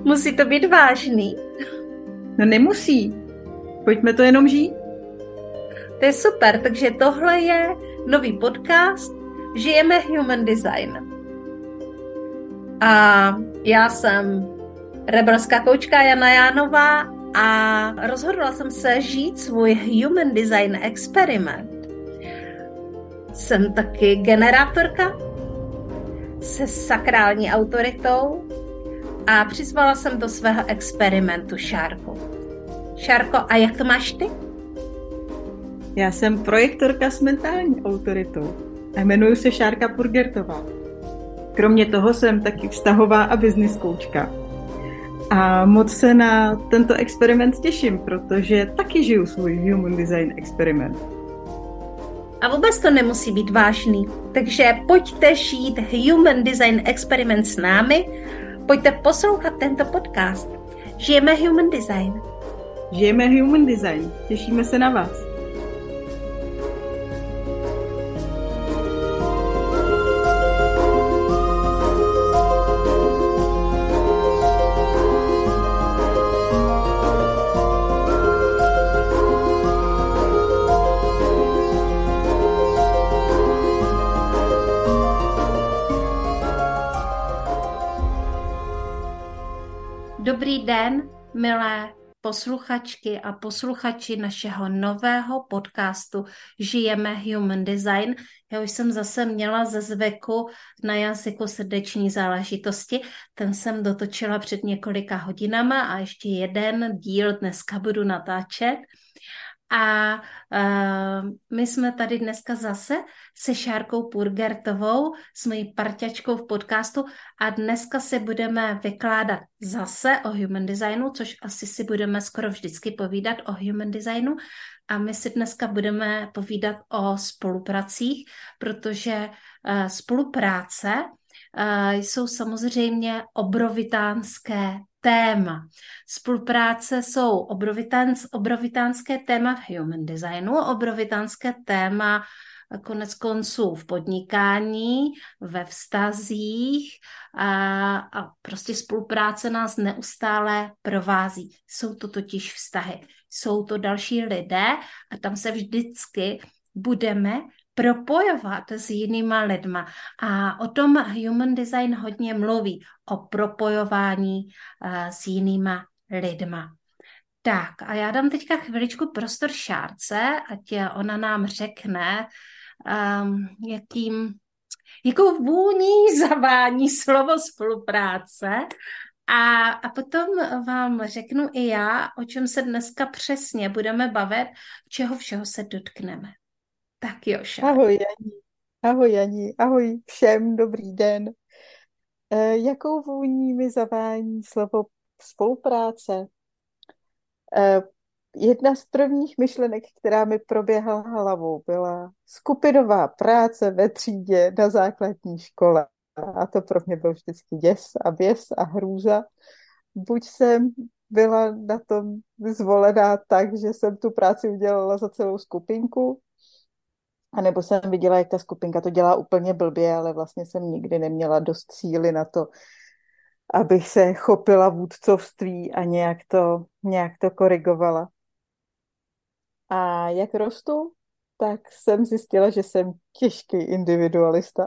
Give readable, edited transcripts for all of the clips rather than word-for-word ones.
Musí to být vážný. No nemusí. Pojďme to jenom žít. To je super, takže tohle je nový podcast Žijeme Human Design. A já jsem rebelská koučka Jana Jánová a rozhodla jsem se žít svůj Human Design experiment. Jsem taky generátorka se sakrální autoritou a přizvala jsem do svého experimentu Šárku. Šárko, a jak to máš ty? Já jsem projektorka s mentální autoritou a jmenuji se Šárka Purgertová. Kromě toho jsem taky vztahová a business koučka. A moc se na tento experiment těším, protože taky žiju svůj Human Design experiment. A vůbec to nemusí být vážný. Takže pojďte žít Human Design experiment s námi, pojďte poslouchat tento podcast. Žijeme Human Design. Žijeme Human Design. Těšíme se na vás. Dobrý den, milé posluchačky a posluchači našeho nového podcastu Žijeme Human Design. Já už jsem zase měla ze zvyku na jazyku srdeční záležitosti. Ten jsem dotočila před několika hodinama a ještě jeden díl dneska budu natáčet. A my jsme tady dneska zase se Šárkou Purgertovou, s mojí parťačkou v podcastu a dneska si budeme vykládat zase o Human Designu, což asi si budeme skoro vždycky povídat o Human Designu a my si dneska budeme povídat o spolupracích, protože spolupráce jsou samozřejmě obrovitánské téma. Spolupráce jsou obrovitánské téma v Human Designu, obrovitánské téma konec konců v podnikání, ve vztazích a prostě spolupráce nás neustále provází. Jsou to totiž vztahy, jsou to další lidé a tam se vždycky budeme propojovat s jinýma lidma. A o tom Human Design hodně mluví, o propojování s jinýma lidma. Tak a já dám teďka chviličku prostor Šárce, ať ona nám řekne, jakou vůní zavání slovo spolupráce. A potom vám řeknu i já, o čem se dneska přesně budeme bavit, čeho všeho se dotkneme. Tak jo, Šárka. Ahoj Janí. Ahoj Janí. Ahoj všem, dobrý den. Jakou vůní mi zavání slovo spolupráce? Jedna z prvních myšlenek, která mi proběhla hlavou, byla skupinová práce ve třídě na základní škole. A to pro mě byl vždycky děs a běs a hrůza. Buď jsem byla na tom zvolená tak, že jsem tu práci udělala za celou skupinku, anebo jsem viděla, jak ta skupinka to dělá úplně blbě, ale vlastně jsem nikdy neměla dost síly na to, abych se chopila vůdcovství a nějak to korigovala. A jak rostu, tak jsem zjistila, že jsem těžký individualista.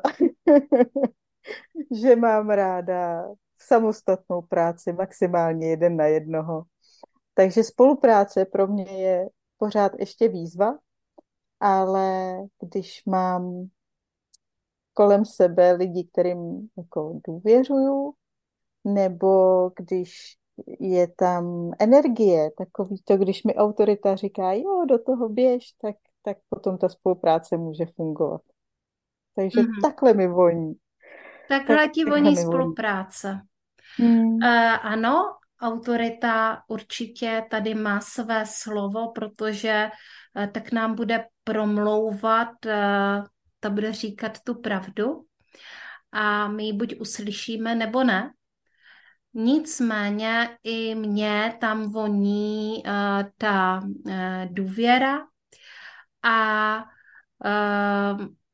Že mám ráda samostatnou práci, maximálně 1 na 1. Takže spolupráce pro mě je pořád ještě výzva, ale když mám kolem sebe lidi, kterým jako důvěřuju, nebo když je tam energie, takový to, když mi autorita říká, jo, do toho běž, tak potom ta spolupráce může fungovat. Takže takhle mi voní. Takhle ti Takhle voní mi voní. spolupráce. Hmm. Ano, autorita určitě tady má své slovo, protože tak nám bude promlouvat, ta bude říkat tu pravdu a my ji buď uslyšíme, nebo ne. Nicméně i mně tam voní ta důvěra a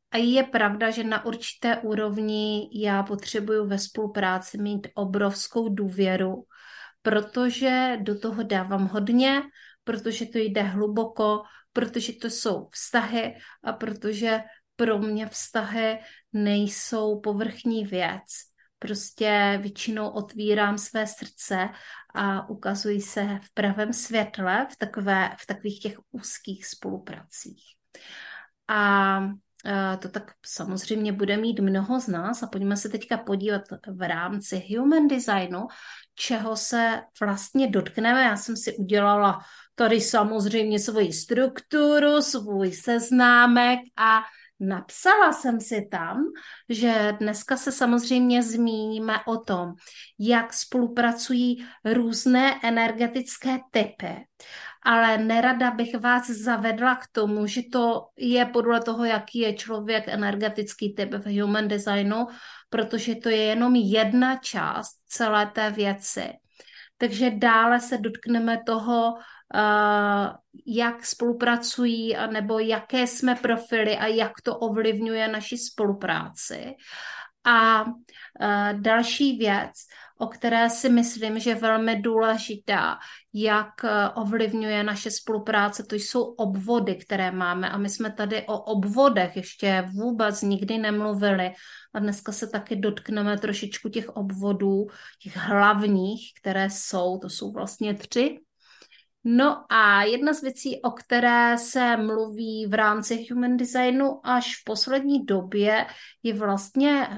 A je pravda, že na určité úrovni já potřebuju ve spolupráci mít obrovskou důvěru, protože do toho dávám hodně, protože to jde hluboko, protože to jsou vztahy a protože pro mě vztahy nejsou povrchní věc. Prostě většinou otvírám své srdce a ukazuji se v pravém světle v takových těch úzkých spolupracích. A to tak samozřejmě bude mít mnoho z nás a pojďme se teďka podívat v rámci human designu, čeho se vlastně dotkneme. Já jsem si udělala tady samozřejmě svoji strukturu, svůj seznámek a napsala jsem si tam, že dneska se samozřejmě zmíníme o tom, jak spolupracují různé energetické typy, ale nerada bych vás zavedla k tomu, že to je podle toho, jaký je člověk energetický typ v human designu, protože to je jenom jedna část celé té věci. Takže dále se dotkneme toho, jak spolupracují, nebo jaké jsme profily a jak to ovlivňuje naši spolupráci. A další věc, o které si myslím, že je velmi důležitá, jak ovlivňuje naše spolupráce, to jsou obvody, které máme. A my jsme tady o obvodech ještě vůbec nikdy nemluvili. A dneska se taky dotkneme trošičku těch obvodů, těch hlavních, které jsou, to jsou vlastně 3. No a jedna z věcí, o které se mluví v rámci human designu až v poslední době, je vlastně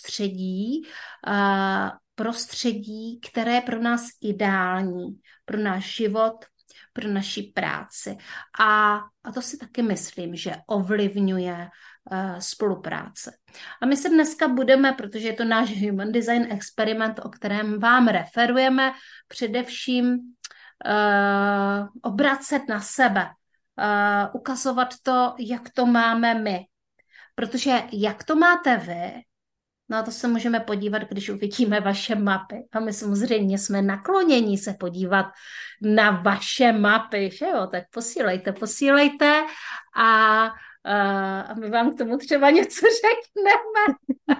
prostředí, které je pro nás ideální, pro náš život, pro naši práci. A to si taky myslím, že ovlivňuje spolupráce. A my se dneska budeme, protože je to náš human design experiment, o kterém vám referujeme, především obracet na sebe, ukazovat to, jak to máme my. Protože jak to máte vy, no to se můžeme podívat, když uvidíme vaše mapy. A my samozřejmě jsme nakloněni se podívat na vaše mapy, že jo? Tak posílejte a my vám k tomu třeba něco řekneme.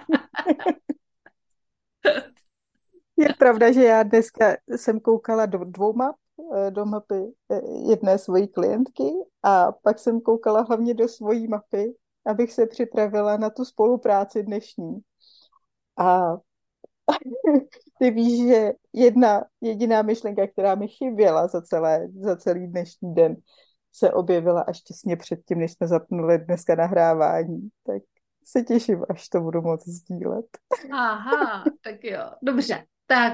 Je pravda, že já dneska jsem koukala do 2 map, do mapy jedné svojí klientky a pak jsem koukala hlavně do svojí mapy, abych se připravila na tu spolupráci dnešní. A ty víš, že jedna jediná myšlenka, která mi chyběla za celý dnešní den, se objevila až těsně předtím, než jsme zapnuli dneska nahrávání. Tak se těším, až to budu moct sdílet. Aha, tak jo, dobře. Tak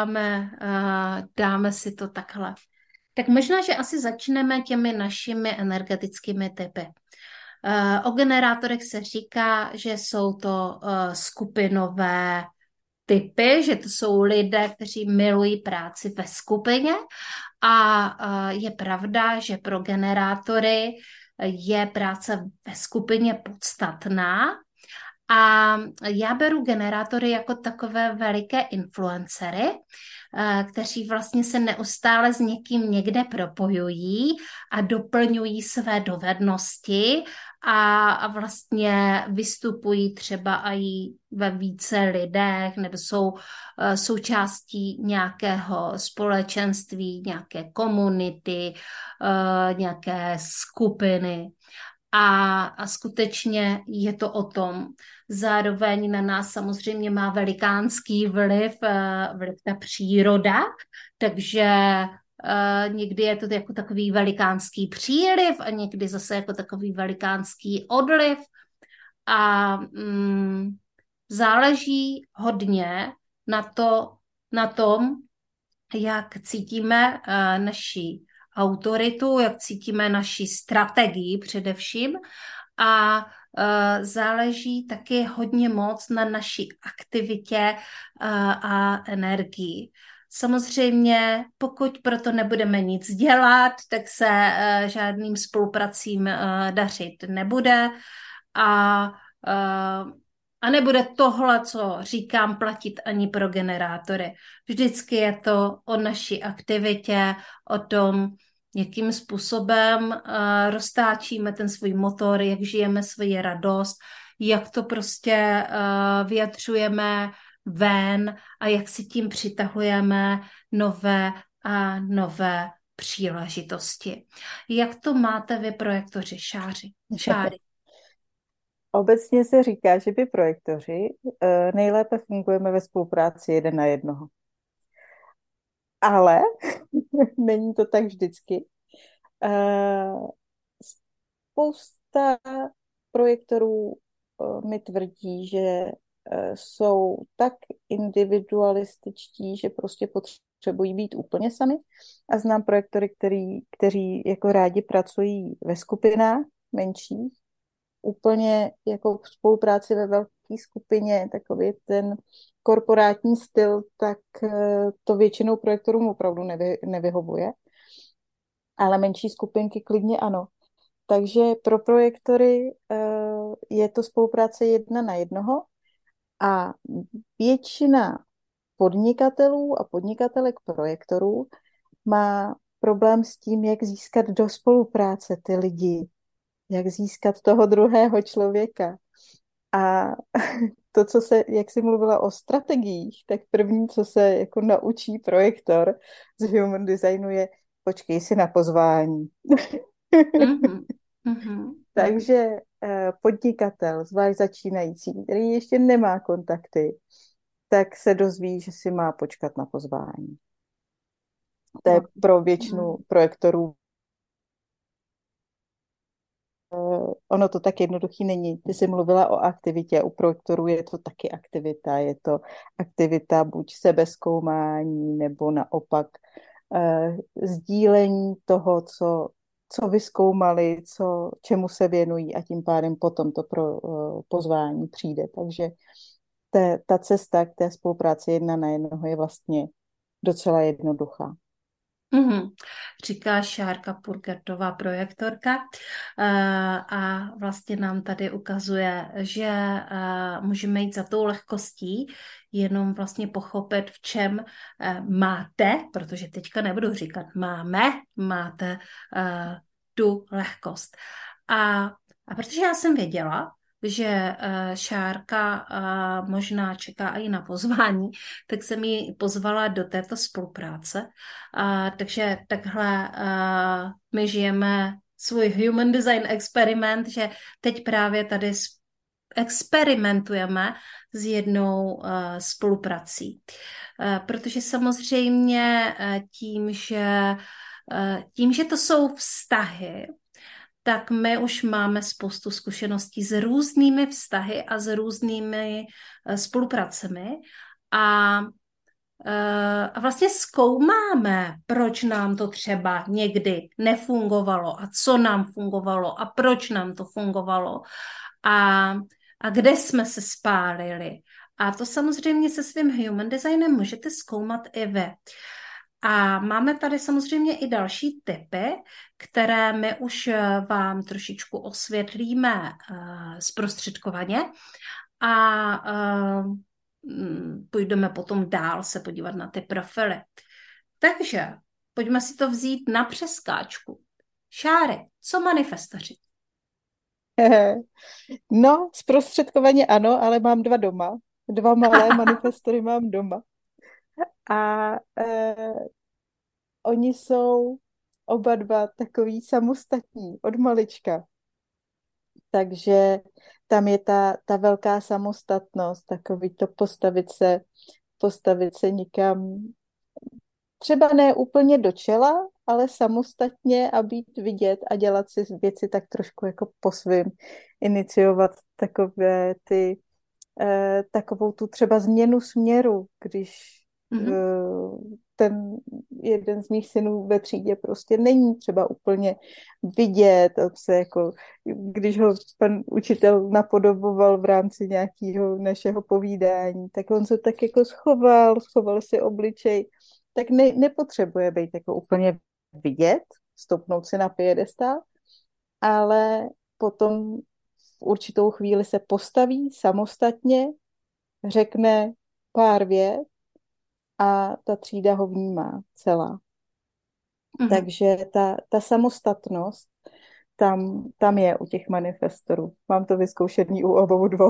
dáme si to takhle. Tak možná, že asi začneme těmi našimi energetickými typy. O generátorech se říká, že jsou to skupinové typy, že to jsou lidé, kteří milují práci ve skupině a je pravda, že pro generátory je práce ve skupině podstatná. A já beru generátory jako takové veliké influencery, kteří vlastně se neustále s někým někde propojují a doplňují své dovednosti a vlastně vystupují třeba i ve více lidech nebo jsou součástí nějakého společenství, nějaké komunity, nějaké skupiny. A skutečně je to o tom. Zároveň na nás samozřejmě má velikánský vliv ta příroda, takže někdy je to jako takový velikánský příliv a někdy zase jako takový velikánský odliv. A záleží hodně na tom, jak cítíme naši autoritu, jak cítíme naši strategii především a záleží taky hodně moc na naší aktivitě a energii. Samozřejmě, pokud proto nebudeme nic dělat, tak se žádným spolupracím dařit nebude a nebude tohle, co říkám, platit ani pro generátory. Vždycky je to o naší aktivitě, o tom, jakým způsobem roztáčíme ten svůj motor, jak žijeme svoji radost, jak to prostě vyjadřujeme ven a jak si tím přitahujeme nové a nové příležitosti. Jak to máte vy, projektoři, Šáry? Obecně se říká, že by projektoři nejlépe fungujeme ve spolupráci jeden na jednoho. Ale není to tak vždycky. Spousta projektorů mi tvrdí, že jsou tak individualističtí, že prostě potřebují být úplně sami. A znám projektory, kteří jako rádi pracují ve skupinách menších, úplně jako v spolupráci ve velké skupině, takový ten korporátní styl, tak to většinou projektorům opravdu nevyhovuje. Ale menší skupinky klidně ano. Takže pro projektory je to spolupráce jedna na jednoho a většina podnikatelů a podnikatelek projektorů má problém s tím, jak získat do spolupráce ty lidi, jak získat toho druhého člověka. A to, jak jsi mluvila o strategiích, tak první, co se jako naučí projektor z human designu je počkej si na pozvání. Mhm, mhm, mhm. Takže podnikatel, zvlášť začínající, který ještě nemá kontakty, tak se dozví, že si má počkat na pozvání. To je pro většinu projektorů. Ono to tak jednoduchý není. Ty jsi mluvila o aktivitě, u projektorů je to taky aktivita. Je to aktivita buď sebezkoumání, nebo naopak sdílení toho, co vyzkoumali, čemu se věnují a tím pádem potom to pro pozvání přijde. Takže ta cesta k té spolupráci jedna na jednoho je vlastně docela jednoduchá. Mhm. Říká Šárka Purgertová, projektorka, a vlastně nám tady ukazuje, že můžeme jít za tou lehkostí, jenom vlastně pochopit, v čem máte, protože teďka nebudu říkat máte tu lehkost. A protože já jsem věděla, že Šárka možná čeká i na pozvání, tak jsem ji pozvala do této spolupráce. Takže takhle my žijeme svůj human design experiment, že teď právě tady experimentujeme s jednou spoluprací. Protože samozřejmě tím, že to jsou vztahy, tak my už máme spoustu zkušeností s různými vztahy a s různými spolupracemi a a vlastně zkoumáme, proč nám to třeba někdy nefungovalo a co nám fungovalo a proč nám to fungovalo a, a kde jsme se spálili. A to samozřejmě se svým human designem můžete zkoumat i vy. A máme tady samozřejmě i další tipy, které my už vám trošičku osvětlíme zprostředkovaně a půjdeme potom dál se podívat na ty profily. Takže pojďme si to vzít na přeskáčku. Šáry, co manifestoři? No, zprostředkovaně ano, ale mám dva doma. Dva malé manifestory mám doma. A oni jsou oba dva takový samostatní od malička. Takže tam je ta velká samostatnost, takový to postavit se někam, třeba ne úplně do čela, ale samostatně a být vidět a dělat si věci tak trošku jako po svým, iniciovat takovou tu třeba změnu směru, když ten jeden z mých synů ve třídě prostě není třeba úplně vidět, když ho pan učitel napodoboval v rámci nějakého našeho povídání, tak on se tak jako schoval si obličej, tak nepotřebuje být jako úplně vidět, stopnout si na piedestál, ale potom v určitou chvíli se postaví samostatně, řekne pár vět a ta třída ho vnímá celá. Takže ta samostatnost tam je u těch manifestorů. Mám to vyzkoušený u obou dvou.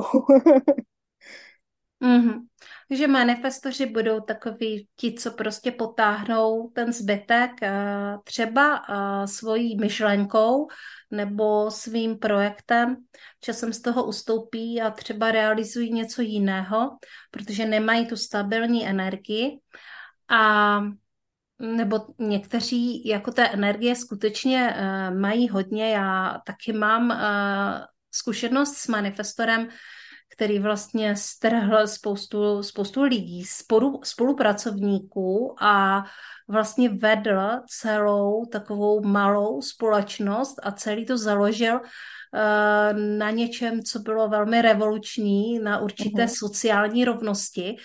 Mhm. Takže manifestoři budou takoví ti, co prostě potáhnou ten zbytek třeba svojí myšlenkou nebo svým projektem. Časem z toho ustoupí a třeba realizují něco jiného, protože nemají tu stabilní energii. A nebo někteří jako té energie skutečně mají hodně. Já taky mám zkušenost s manifestorem, který vlastně strhl spoustu lidí, spolupracovníků a vlastně vedl celou takovou malou společnost a celý to založil na něčem, co bylo velmi revoluční, na určité Mhm. sociální rovnosti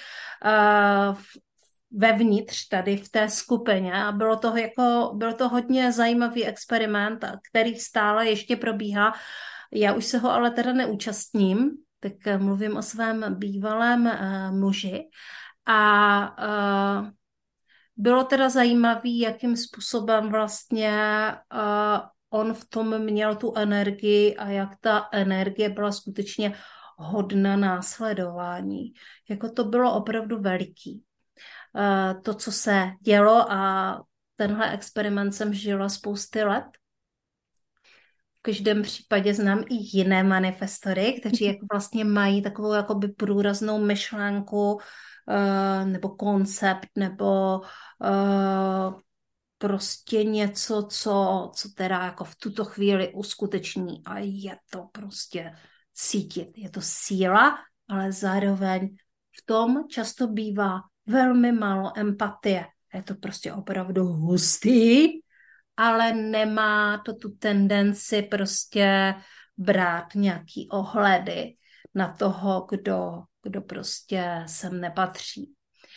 vevnitř tady v té skupině a bylo to hodně zajímavý experiment, který stále ještě probíhá. Já už se ho ale teda neúčastním, tak mluvím o svém bývalém muži a bylo teda zajímavý, jakým způsobem vlastně on v tom měl tu energii a jak ta energie byla skutečně hodna následování. Jako to bylo opravdu veliký. To, co se dělo a tenhle experiment jsem žila spousty let. V každém případě znám i jiné manifestory, kteří jako vlastně mají takovou jakoby průraznou myšlenku nebo koncept nebo prostě něco, co teda jako v tuto chvíli uskuteční a je to prostě cítit. Je to síla, ale zároveň v tom často bývá velmi málo empatie. Je to prostě opravdu hustý, ale nemá to tu tendenci prostě brát nějaký ohledy na toho, kdo prostě sem nepatří.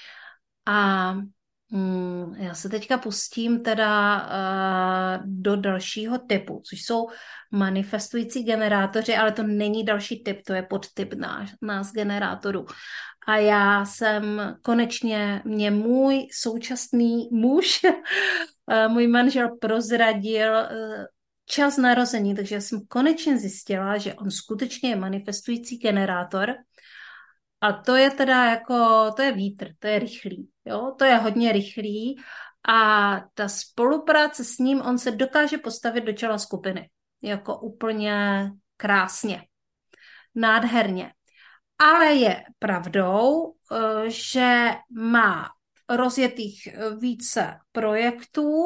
A já se teďka pustím teda do dalšího typu, což jsou manifestující generátoři, ale to není další typ, to je podtyp nás generátorů. A já jsem konečně, mě můj současný muž, můj manžel prozradil čas narození, takže jsem konečně zjistila, že on skutečně je manifestující generátor. A to je teda jako, to je vítr, to je rychlý, jo, to je hodně rychlý a ta spolupráce s ním, on se dokáže postavit do čela skupiny, jako úplně krásně, nádherně. Ale je pravdou, že má rozjetých více projektů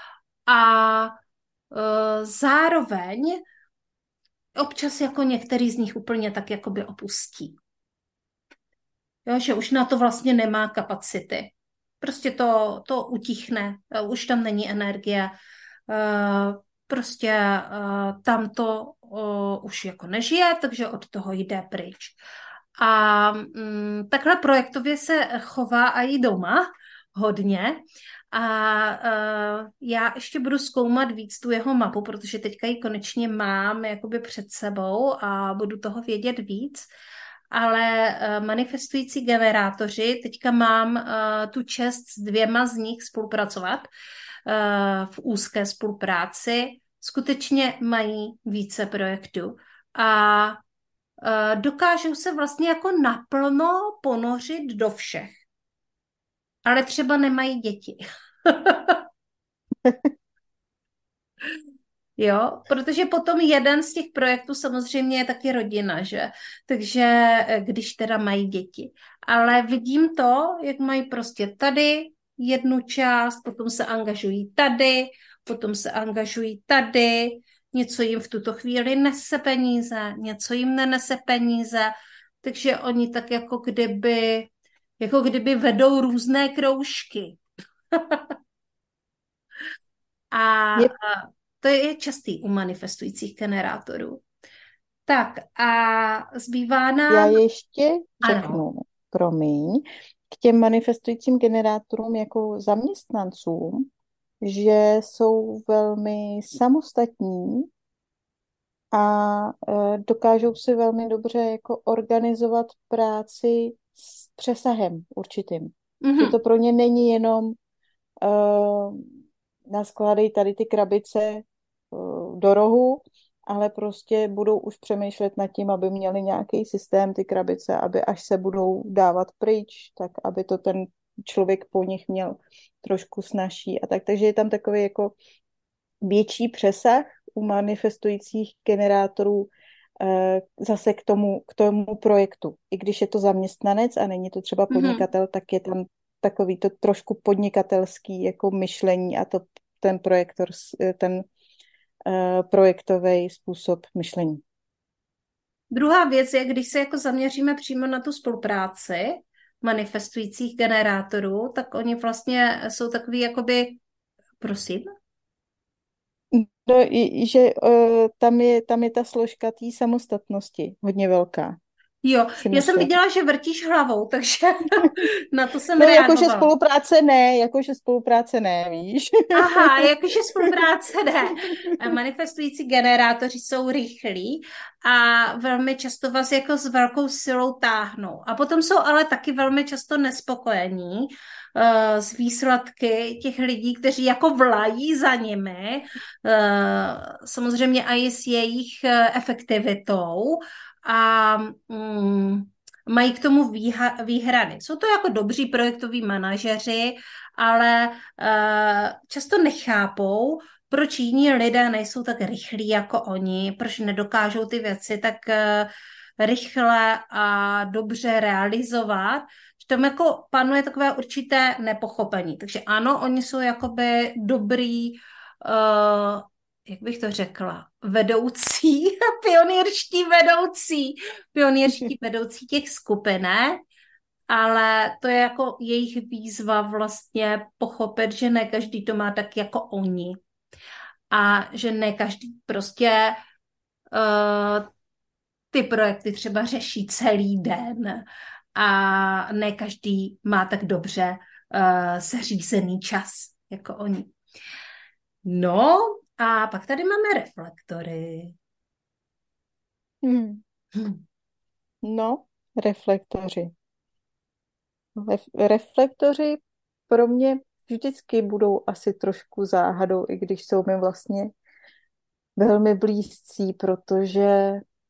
a zároveň občas jako některý z nich úplně tak jakoby opustí. Jo, že už na to vlastně nemá kapacity. Prostě to utichne, už tam není energie, prostě tam to už jako nežije, takže od toho jde pryč. A takhle projektově se chová i doma hodně. A já ještě budu zkoumat víc tu jeho mapu, protože teďka ji konečně mám jakoby před sebou a budu toho vědět víc. Ale manifestující generátoři, teďka mám tu čest s 2 z nich spolupracovat v úzké spolupráci. Skutečně mají více projektů a dokážou se vlastně jako naplno ponořit do všech. Ale třeba nemají děti. Jo, protože potom jeden z těch projektů samozřejmě je taky rodina, že? Takže když teda mají děti. Ale vidím to, jak mají prostě tady jednu část, potom se angažují tady, potom se angažují tady, něco jim v tuto chvíli nese peníze, něco jim nenese peníze, takže oni tak jako kdyby vedou různé kroužky. A Je, to je častý u manifestujících generátorů. Tak a zbývá já nám, ještě ano, řeknu, promiň, k těm manifestujícím generátorům jako zaměstnancům, že jsou velmi samostatní a dokážou si velmi dobře jako organizovat práci s přesahem určitým. Že mhm, to pro ně není jenom naskládej tady ty krabice, do rohu, ale prostě budou už přemýšlet nad tím, aby měli nějaký systém, ty krabice, aby až se budou dávat pryč, tak aby to ten člověk po nich měl trošku snazší a tak. Takže je tam takový jako větší přesah u manifestujících generátorů zase k tomu projektu. I když je to zaměstnanec a není to třeba Mhm. podnikatel, tak je tam takový to trošku podnikatelský jako myšlení a to ten projektový způsob myšlení. Druhá věc je, když se jako zaměříme přímo na tu spolupráci manifestujících generátorů, tak oni vlastně jsou takový jakoby, prosím. No, že tam je ta složka té samostatnosti hodně velká, Jo, si já jsem myslím. viděla, že vrtíš hlavou, takže na to jsem No, reagovala. jakože spolupráce ne, víš. Aha, jakože spolupráce ne. Manifestující generátoři jsou rychlí a velmi často vás jako s velkou silou táhnou. A potom jsou ale taky velmi často nespokojení s výsledky těch lidí, kteří jako vlají za nimi, samozřejmě i s jejich efektivitou a mají k tomu výhrady. Jsou to jako dobří projektoví manažeři, ale často nechápou, proč jiní lidé nejsou tak rychlí jako oni, proč nedokážou ty věci tak rychle a dobře realizovat. V tom jako panuje takové určité nepochopení. Takže ano, oni jsou jakoby dobrý, jak bych to řekla, vedoucí, pionýrští vedoucí těch skupinek, ale to je jako jejich výzva vlastně pochopit, že ne každý to má tak jako oni a že ne každý prostě ty projekty třeba řeší celý den a ne každý má tak dobře seřízený čas jako oni. No a pak tady máme reflektory. Hmm. No, reflektoři. Reflektoři pro mě vždycky budou asi trošku záhadou, i když jsou mi vlastně velmi blízcí, protože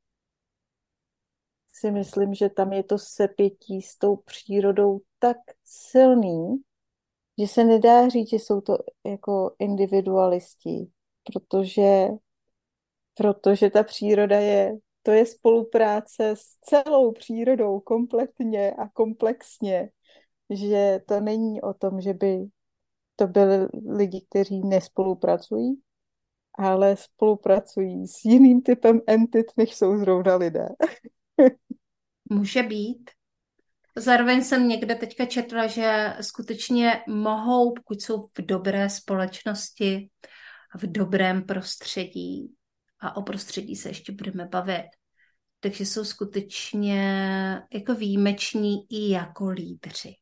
si myslím, že tam je to sepětí s tou přírodou tak silný, že se nedá říct, že jsou to jako individualisti, protože, protože ta příroda to je spolupráce s celou přírodou kompletně a komplexně, že to není o tom, že by to byli lidi, kteří nespolupracují, ale spolupracují s jiným typem entit, než jsou zrovna lidé. Může být. Zároveň jsem někde teďka četla, že skutečně mohou, pokud jsou v dobré společnosti, v dobrém prostředí, a o prostředí se ještě budeme bavit, takže jsou skutečně jako výjimeční i jako lídři.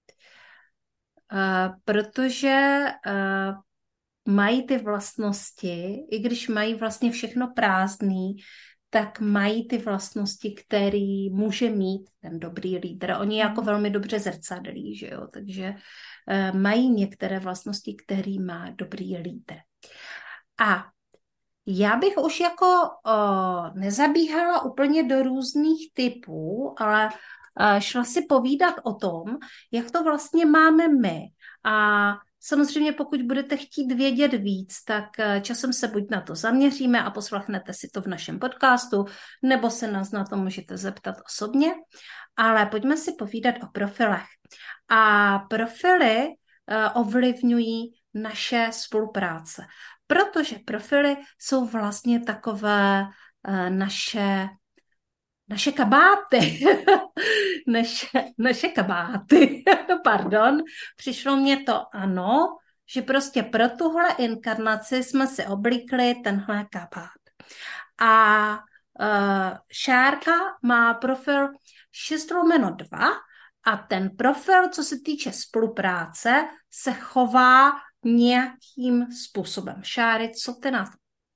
Protože mají ty vlastnosti, i když mají vlastně všechno prázdný, tak mají ty vlastnosti, který může mít ten dobrý lídr. Oni jako velmi dobře zrcadlí, že jo? Takže mají některé vlastnosti, který má dobrý lídr. A já bych už jako nezabíhala úplně do různých typů, ale šla si povídat o tom, jak to vlastně máme my. A samozřejmě, pokud budete chtít vědět víc, tak časem se buď na to zaměříme a poslechnete si to v našem podcastu, nebo se nás na to můžete zeptat osobně. Ale pojďme si povídat o profilech. A profily ovlivňují naše spolupráce, protože profily jsou vlastně takové naše kabáty. naše kabáty. Pardon. Přišlo mě to ano, že prostě pro tuhle inkarnaci jsme si oblíkli tenhle kabát. A Šárka má profil 6/2 a ten profil, co se týče spolupráce, se chová nějakým způsobem. Šáry, co ty na to?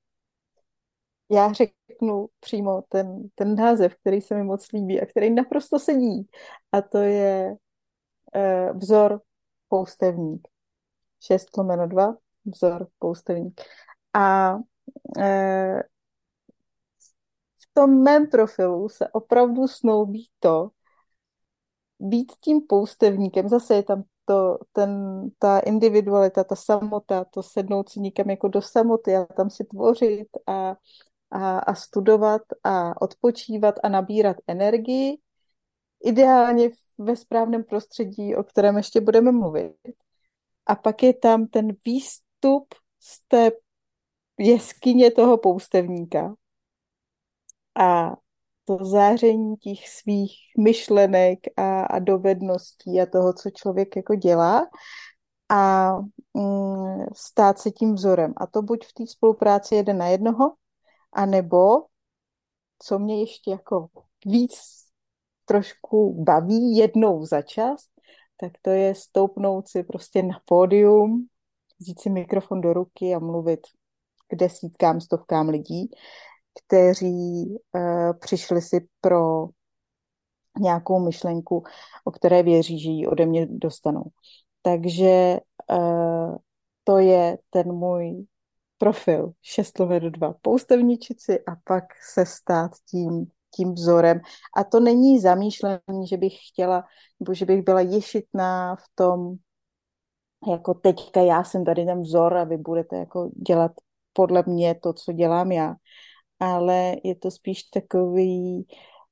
Já řeknu přímo ten název, který se mi moc líbí a který naprosto sedí. A to je vzor poustevník. 6/2, vzor poustevník. A eh, v tom mém profilu se opravdu snoubí to, být tím poustevníkem, zase je tam ta individualita, ta samota, to sednout si někam jako do samoty a tam si tvořit a studovat a odpočívat a nabírat energii, ideálně ve správném prostředí, o kterém ještě budeme mluvit. A pak je tam ten výstup z té jeskyně toho poustevníka a to záření těch svých myšlenek a dovedností a toho, co člověk jako dělá a stát se tím vzorem. A to buď v té spolupráci jeden na jednoho, anebo, co mě ještě jako víc trošku baví jednou za čas, tak to je stoupnout si prostě na pódium, vzít si mikrofon do ruky a mluvit k desítkám, stovkám lidí, kteří přišli si pro nějakou myšlenku, o které věří, že ji ode mě dostanou. Takže to je ten můj profil 6/2. Poustevničit si a pak se stát tím vzorem. A to není zamýšlení, že bych chtěla, nebo že bych byla ješitná v tom, jako teďka já jsem tady ten vzor a vy budete jako dělat podle mě to, co dělám já. Ale je to spíš takový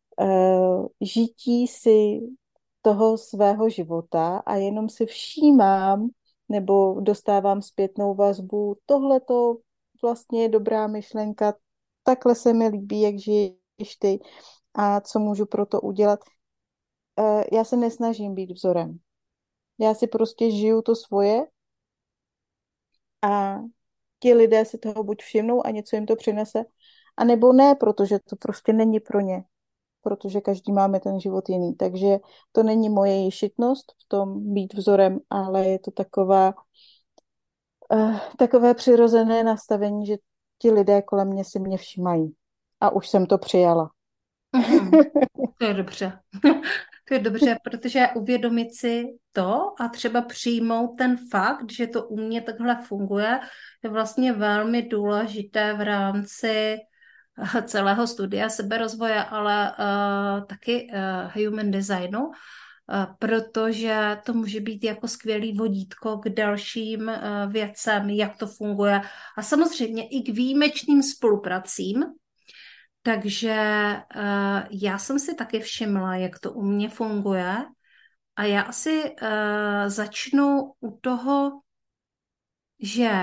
žití si toho svého života a jenom si všímám nebo dostávám zpětnou vazbu. Tohle to vlastně je dobrá myšlenka, takhle se mi líbí, jak žiješ ty a co můžu pro to udělat. Já se nesnažím být vzorem. Já si prostě žiju to svoje a ti lidé si toho buď všimnou a něco jim to přinese, anebo ne, protože to prostě není pro ně. Protože každý máme ten život jiný. Takže to není moje ješitnost v tom být vzorem, ale je to takové přirozené nastavení, že ti lidé kolem mě si mě všímají. A už jsem to přijala. To je dobře. To je dobře, protože uvědomit si to a třeba přijmout ten fakt, že to u mě takhle funguje, je vlastně velmi důležité v rámci celého studia seberozvoje, ale taky human designu, protože to může být jako skvělý vodítko k dalším věcem, jak to funguje a samozřejmě i k výjimečným spolupracím. Takže já jsem si taky všimla, jak to u mě funguje a já asi začnu u toho, že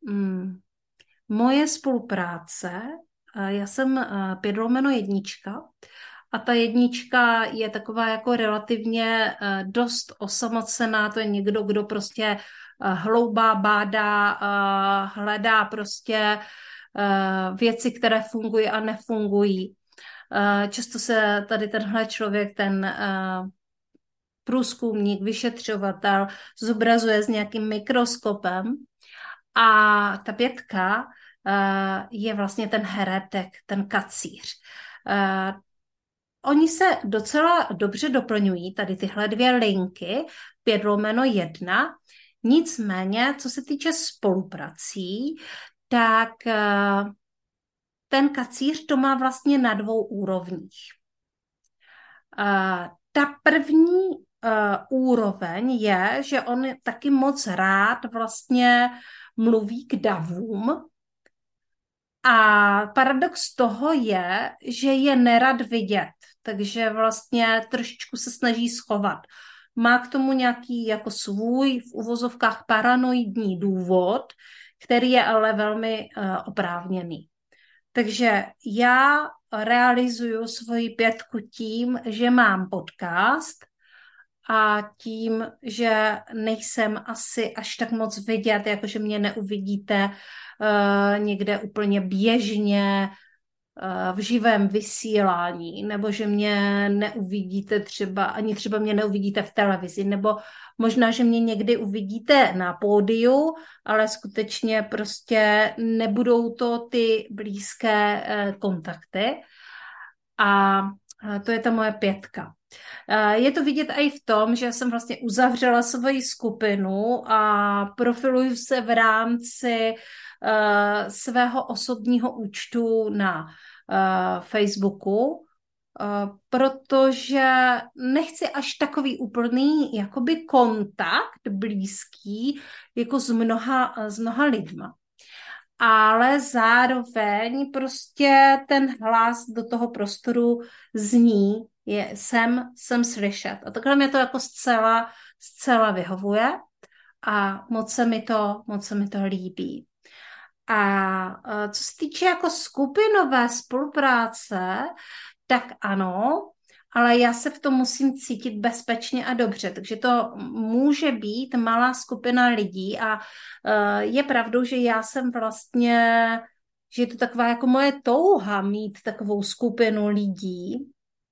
moje spolupráce, já jsem 5/1 a ta jednička je taková jako relativně dost osamocená, to je někdo, kdo prostě hloubá, bádá, hledá prostě věci, které fungují a nefungují. Často se tady tenhle člověk, ten průzkumník, vyšetřovatel, zobrazuje s nějakým mikroskopem a ta 5 je vlastně ten heretek, ten kacíř. Oni se docela dobře doplňují, tady tyhle 2 linky, 5/1. Nicméně, co se týče spoluprací, tak ten kacíř to má vlastně na 2 úrovních. Ta první úroveň je, že on taky moc rád vlastně mluví k davům a paradox toho je, že je nerad vidět, takže vlastně trošičku se snaží schovat. Má k tomu nějaký jako svůj v uvozovkách paranoidní důvod, který je ale velmi oprávněný. Takže já realizuju svoji 5 tím, že mám podcast a tím, že nejsem asi až tak moc vidět, jakože mě neuvidíte někde úplně běžně v živém vysílání, nebo že mě neuvidíte ani třeba mě neuvidíte v televizi, nebo možná, že mě někdy uvidíte na pódiu, ale skutečně prostě nebudou to ty blízké kontakty. A to je ta moje 5. Je to vidět i v tom, že jsem vlastně uzavřela svoji skupinu a profiluju se v rámci svého osobního účtu na Facebooku, protože nechci až takový úplný jakoby kontakt blízký jako s mnoha lidma. Ale zároveň prostě ten hlas do toho prostoru zní, jsem slyšet. A takhle mě to jako zcela vyhovuje a moc se mi to líbí. A co se týče jako skupinové spolupráce, tak ano, ale já se v tom musím cítit bezpečně a dobře, takže to může být malá skupina lidí a je pravdou, že já jsem vlastně, že je to taková jako moje touha mít takovou skupinu lidí,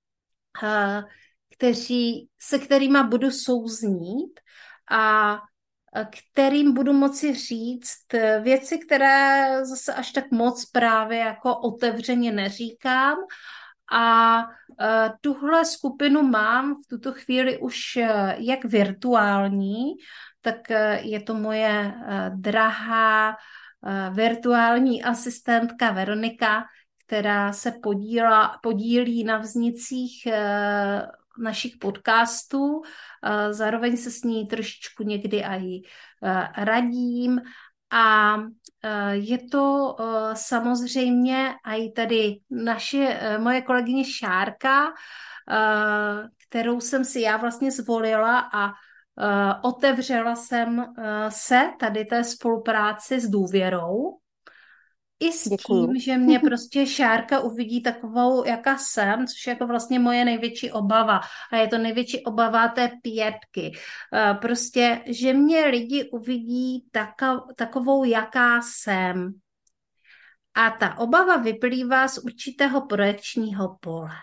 se kterýma budu souznít a kterým budu moci říct věci, které zase až tak moc právě jako otevřeně neříkám. A tuhle skupinu mám v tuto chvíli už jak virtuální, tak je to moje drahá virtuální asistentka Veronika, která se podílí na vznicích našich podcastů. Zároveň se s ní trošičku někdy i radím a je to samozřejmě i tady moje kolegyně Šárka, kterou jsem si já vlastně zvolila a otevřela jsem se tady té spolupráci s důvěrou. I s Děkuju. tím, že mě prostě Šárka uvidí takovou, jaká jsem, což je jako vlastně moje největší obava. A je to největší obava té 5. Prostě, že mě lidi uvidí takovou, jaká jsem. A ta obava vyplývá z určitého projekčního pole,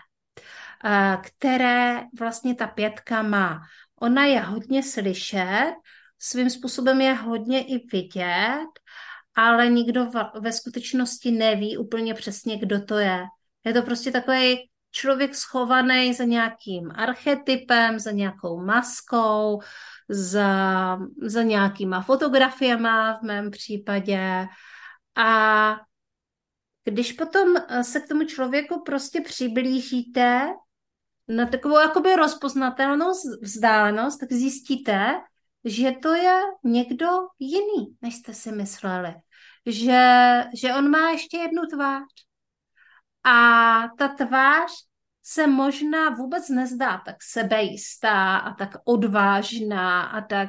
které vlastně ta 5 má. Ona je hodně slyšet, svým způsobem je hodně i vidět, ale nikdo ve skutečnosti neví úplně přesně, kdo to je. Je to prostě takový člověk schovaný za nějakým archetypem, za nějakou maskou, za nějakýma fotografiema v mém případě. A když potom se k tomu člověku prostě přiblížíte na takovou jakoby rozpoznatelnou vzdálenost, tak zjistíte, že to je někdo jiný, než jste si mysleli. Že on má ještě jednu tvář. A ta tvář se možná vůbec nezdá tak sebejistá a tak odvážná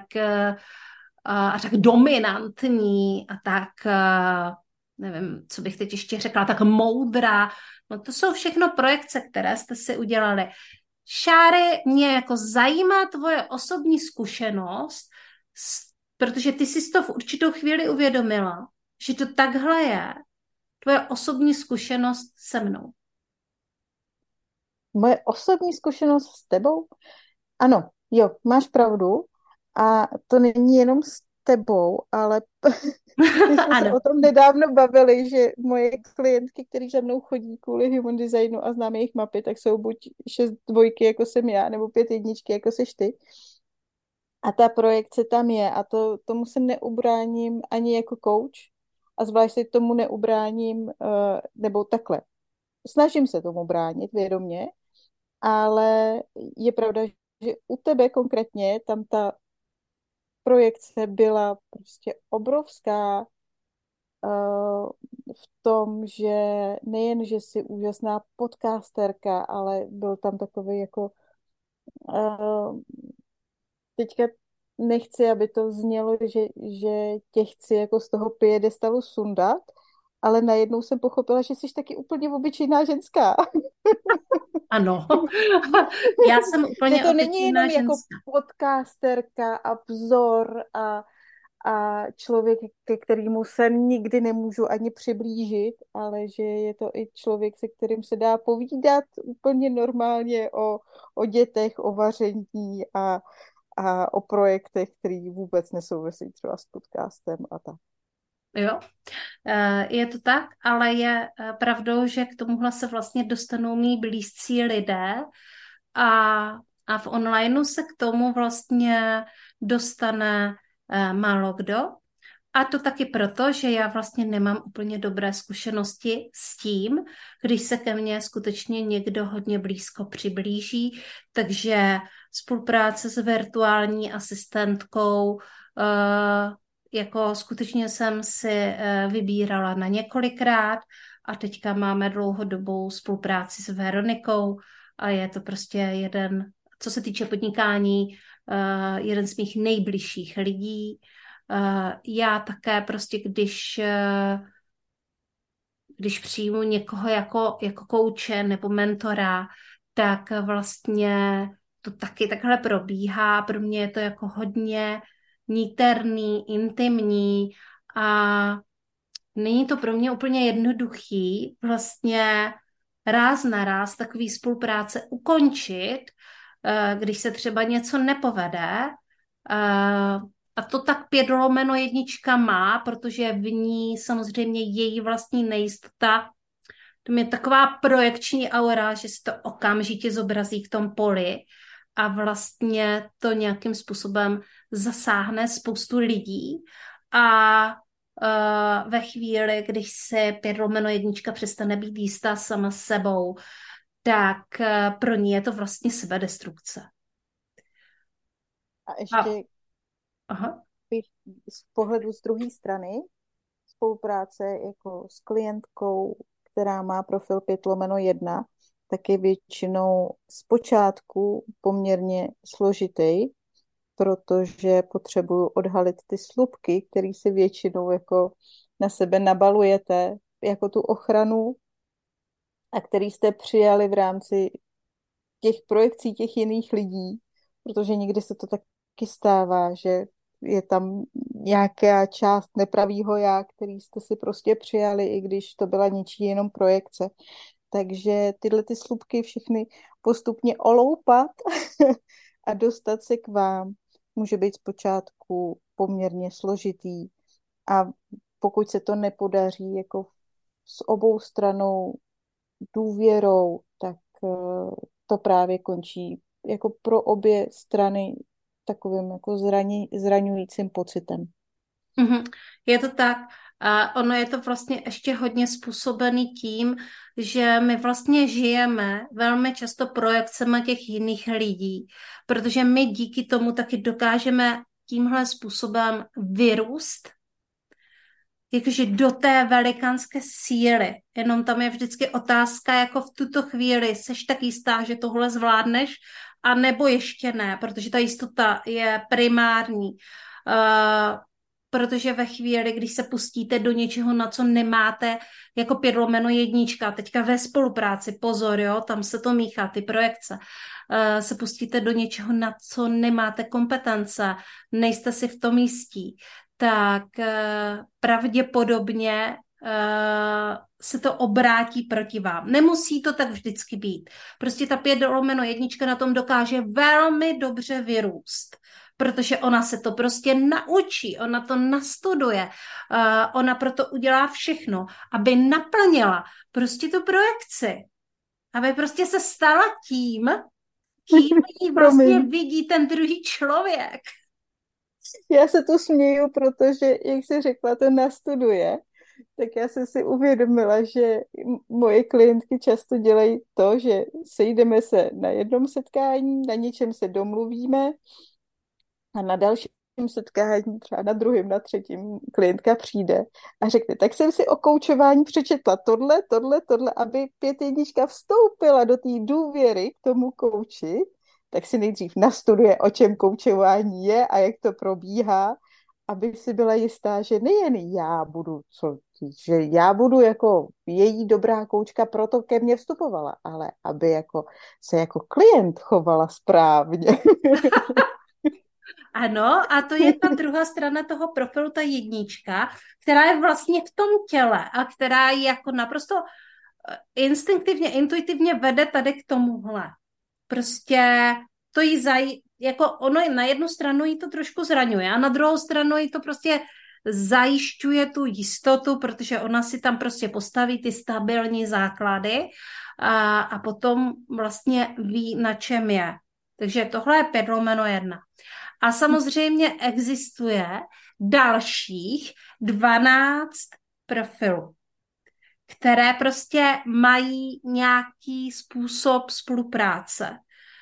a tak dominantní a tak, nevím, co bych teď ještě řekla, tak moudrá. No to jsou všechno projekce, které jste si udělali. Šáry, mě jako zajímá tvoje osobní zkušenost, protože ty jsi to v určitou chvíli uvědomila, že to takhle je, tvoje osobní zkušenost se mnou. Moje osobní zkušenost s tebou? Ano, jo, máš pravdu. A to není jenom s tebou, ale my jsme se Ano. o tom nedávno bavili, že moje klientky, které za mnou chodí kvůli human designu a znám jejich mapy, tak jsou buď 6 dvojky, jako jsem já, nebo 5 jedničky, jako seš ty. A ta projekce tam je a tomu se neubráním ani jako coach a zvlášť se tomu neubráním, nebo takhle. Snažím se tomu bránit vědomě, ale je pravda, že u tebe konkrétně tam ta projekce byla prostě obrovská v tom, že nejen, že jsi úžasná podcasterka, ale byl tam takový jako teďka nechci, aby to znělo, že tě chci jako z toho piedestalu sundat, ale najednou jsem pochopila, že jsi taky úplně obyčejná ženská. Ano. Já jsem Že úplně to není obyčejná jenom jako ženská. podcasterka a vzor a člověk, ke kterému se nikdy nemůžu ani přiblížit, ale že je to i člověk, se kterým se dá povídat úplně normálně o dětech, o vaření a o projektech, který vůbec nesouvisí třeba s podcastem a tak. Jo, je to tak, ale je pravdou, že k tomuhle se vlastně dostanou mý blízcí lidé a, a v onlineu se k tomu vlastně dostane málo kdo. A to taky proto, že já vlastně nemám úplně dobré zkušenosti s tím, když se ke mně skutečně někdo hodně blízko přiblíží, takže spolupráce s virtuální asistentkou, jako skutečně jsem si vybírala na několikrát a teďka máme dlouhodobou spolupráci s Veronikou a je to prostě jeden, co se týče podnikání, jeden z mých nejbližších lidí. Já také prostě, když přijmu někoho jako kouče nebo mentora, tak vlastně to taky takhle probíhá. Pro mě je to jako hodně niterný, intimní a není to pro mě úplně jednoduchý vlastně ráz na ráz takový spolupráce ukončit, když se třeba něco nepovede. A to tak 5/1 má, protože v ní samozřejmě její vlastní nejistota. To je taková projekční aura, že se to okamžitě zobrazí v tom poli a vlastně to nějakým způsobem zasáhne spoustu lidí. A ve chvíli, když se 5/1 přestane být jistá sama sebou, tak pro ní je to vlastně sebedestrukce. A ještě Aha. z pohledu z druhé strany, spolupráce jako s klientkou, která má profil 5/1, tak je většinou zpočátku poměrně složitý, protože potřebuju odhalit ty slupky, které si většinou jako na sebe nabalujete, jako tu ochranu a který jste přijali v rámci těch projekcí těch jiných lidí, protože někdy se to taky stává, že je tam nějaká část nepravýho já, který jste si prostě přijali, i když to byla něčí jenom projekce. Takže tyhle ty slupky všechny postupně oloupat a dostat se k vám může být zpočátku poměrně složitý. A pokud se to nepodaří jako s obou stranou důvěrou, tak to právě končí jako pro obě strany takovým jako zraňujícím pocitem. Mhm. Je to tak. A ono je to vlastně ještě hodně způsobený tím, že my vlastně žijeme velmi často projekcemi těch jiných lidí, protože my díky tomu taky dokážeme tímhle způsobem vyrůst, jakože do té velikánské síly. Jenom tam je vždycky otázka, jako v tuto chvíli, seš tak jistá, že tohle zvládneš, a nebo ještě ne, protože ta jistota je primární. Protože ve chvíli, když se pustíte do něčeho, na co nemáte jako 5/1, teďka ve spolupráci, pozor, jo, tam se to míchá, ty projekce, se pustíte do něčeho, na co nemáte kompetence, nejste si v tom jistí, tak pravděpodobně se to obrátí proti vám. Nemusí to tak vždycky být. Prostě ta 5/1 na tom dokáže velmi dobře vyrůst, protože ona se to prostě naučí, ona to nastuduje, ona proto udělá všechno, aby naplnila prostě tu projekci, aby prostě se stala tím, kým ji vlastně vidí ten druhý člověk. Já se tu směju, protože, jak jsi řekla, to nastuduje, tak já jsem si uvědomila, že moje klientky často dělají to, že sejdeme se na jednom setkání, na něčem se domluvíme a na dalším setkání, třeba na druhém, na třetím, klientka přijde a řekne, tak jsem si o koučování přečetla tohle, aby 5/1 vstoupila do té důvěry k tomu kouči, tak si nejdřív nastuduje, o čem koučování je a jak to probíhá, aby si byla jistá, že nejen že já budu jako její dobrá koučka, proto ke mně vstupovala, ale aby jako se jako klient chovala správně. Ano, a to je ta druhá strana toho profilu, ta 1, která je vlastně v tom těle a která je jako naprosto instinktivně, intuitivně vede tady k tomuhle. Prostě to jí jako ono na jednu stranu jí to trošku zraňuje a na druhou stranu jí to prostě zajišťuje tu jistotu, protože ona si tam prostě postaví ty stabilní základy a potom vlastně ví, na čem je. Takže tohle je 5/1. A samozřejmě existuje dalších 12 profilů, které prostě mají nějaký způsob spolupráce.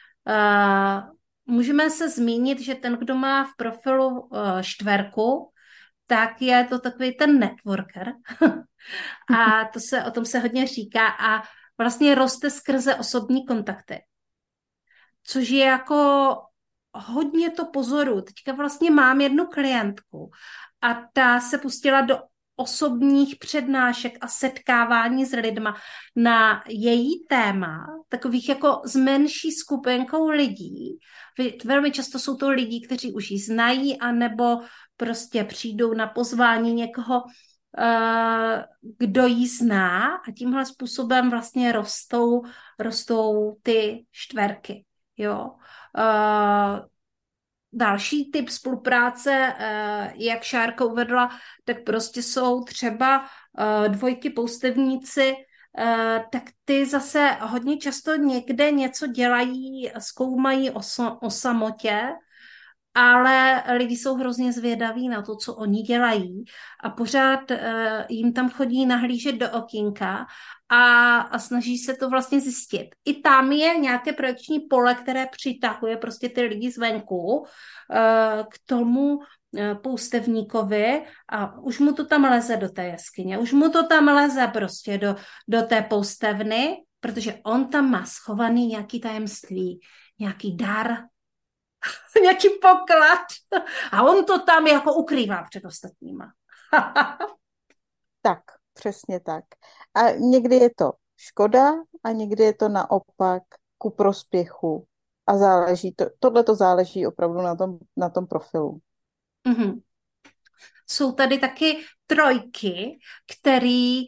Můžeme se zmínit, že ten, kdo má v profilu čtverku, tak je to takový ten networker. A o tom se hodně říká a vlastně roste skrze osobní kontakty. Což je jako hodně to pozoru. Teďka vlastně mám jednu klientku a ta se pustila do osobních přednášek a setkávání s lidma na její téma, takových jako s menší skupinkou lidí. Velmi často jsou to lidi, kteří už ji znají, anebo prostě přijdou na pozvání někoho, kdo ji zná a tímhle způsobem vlastně rostou ty čtverky. Jo. Další typ spolupráce, jak Šárka uvedla, tak prostě jsou třeba dvojky poustevníci, tak ty zase hodně často někde něco dělají, zkoumají o samotě, ale lidi jsou hrozně zvědaví na to, co oni dělají a pořád jim tam chodí nahlížet do okýnka a snaží se to vlastně zjistit. I tam je nějaké projekční pole, které přitahuje prostě ty lidi zvenku k tomu poustevníkovi a už mu to tam leze do té jeskyně, už mu to tam leze prostě do té poustevny, protože on tam má schovaný nějaký tajemství, nějaký dar, nějaký poklad a on to tam jako ukrývá před ostatníma. Tak, přesně tak. A někdy je to škoda a někdy je to naopak ku prospěchu. A tohle to záleží opravdu na tom profilu. Mm-hmm. Jsou tady taky trojky, který,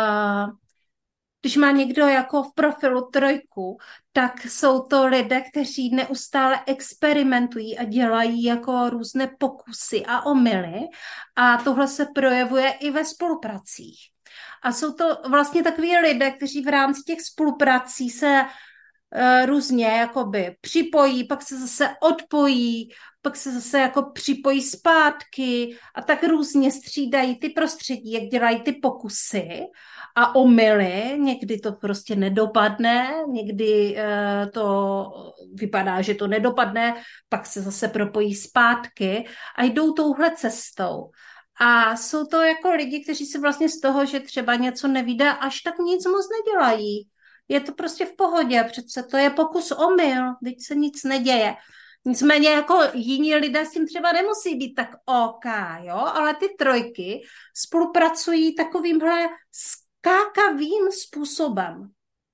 když má někdo jako v profilu trojku, tak jsou to lidé, kteří neustále experimentují a dělají jako různé pokusy a omyly a tohle se projevuje i ve spolupracích. A jsou to vlastně takový lidé, kteří v rámci těch spoluprací se různě jakoby připojí, pak se zase odpojí, pak se zase jako připojí zpátky a tak různě střídají ty prostředí, jak dělají ty pokusy a omyly. Někdy to prostě nedopadne, někdy to vypadá, že to nedopadne, pak se zase propojí zpátky a jdou touhle cestou. A jsou to jako lidi, kteří se vlastně z toho, že třeba něco nevíde, až tak nic moc nedělají. Je to prostě v pohodě, přece to je pokus omyl, teď se nic neděje. Nicméně jako jiní lidé s tím třeba nemusí být tak OK, jo, ale ty trojky spolupracují takovýmhle skákavým způsobem.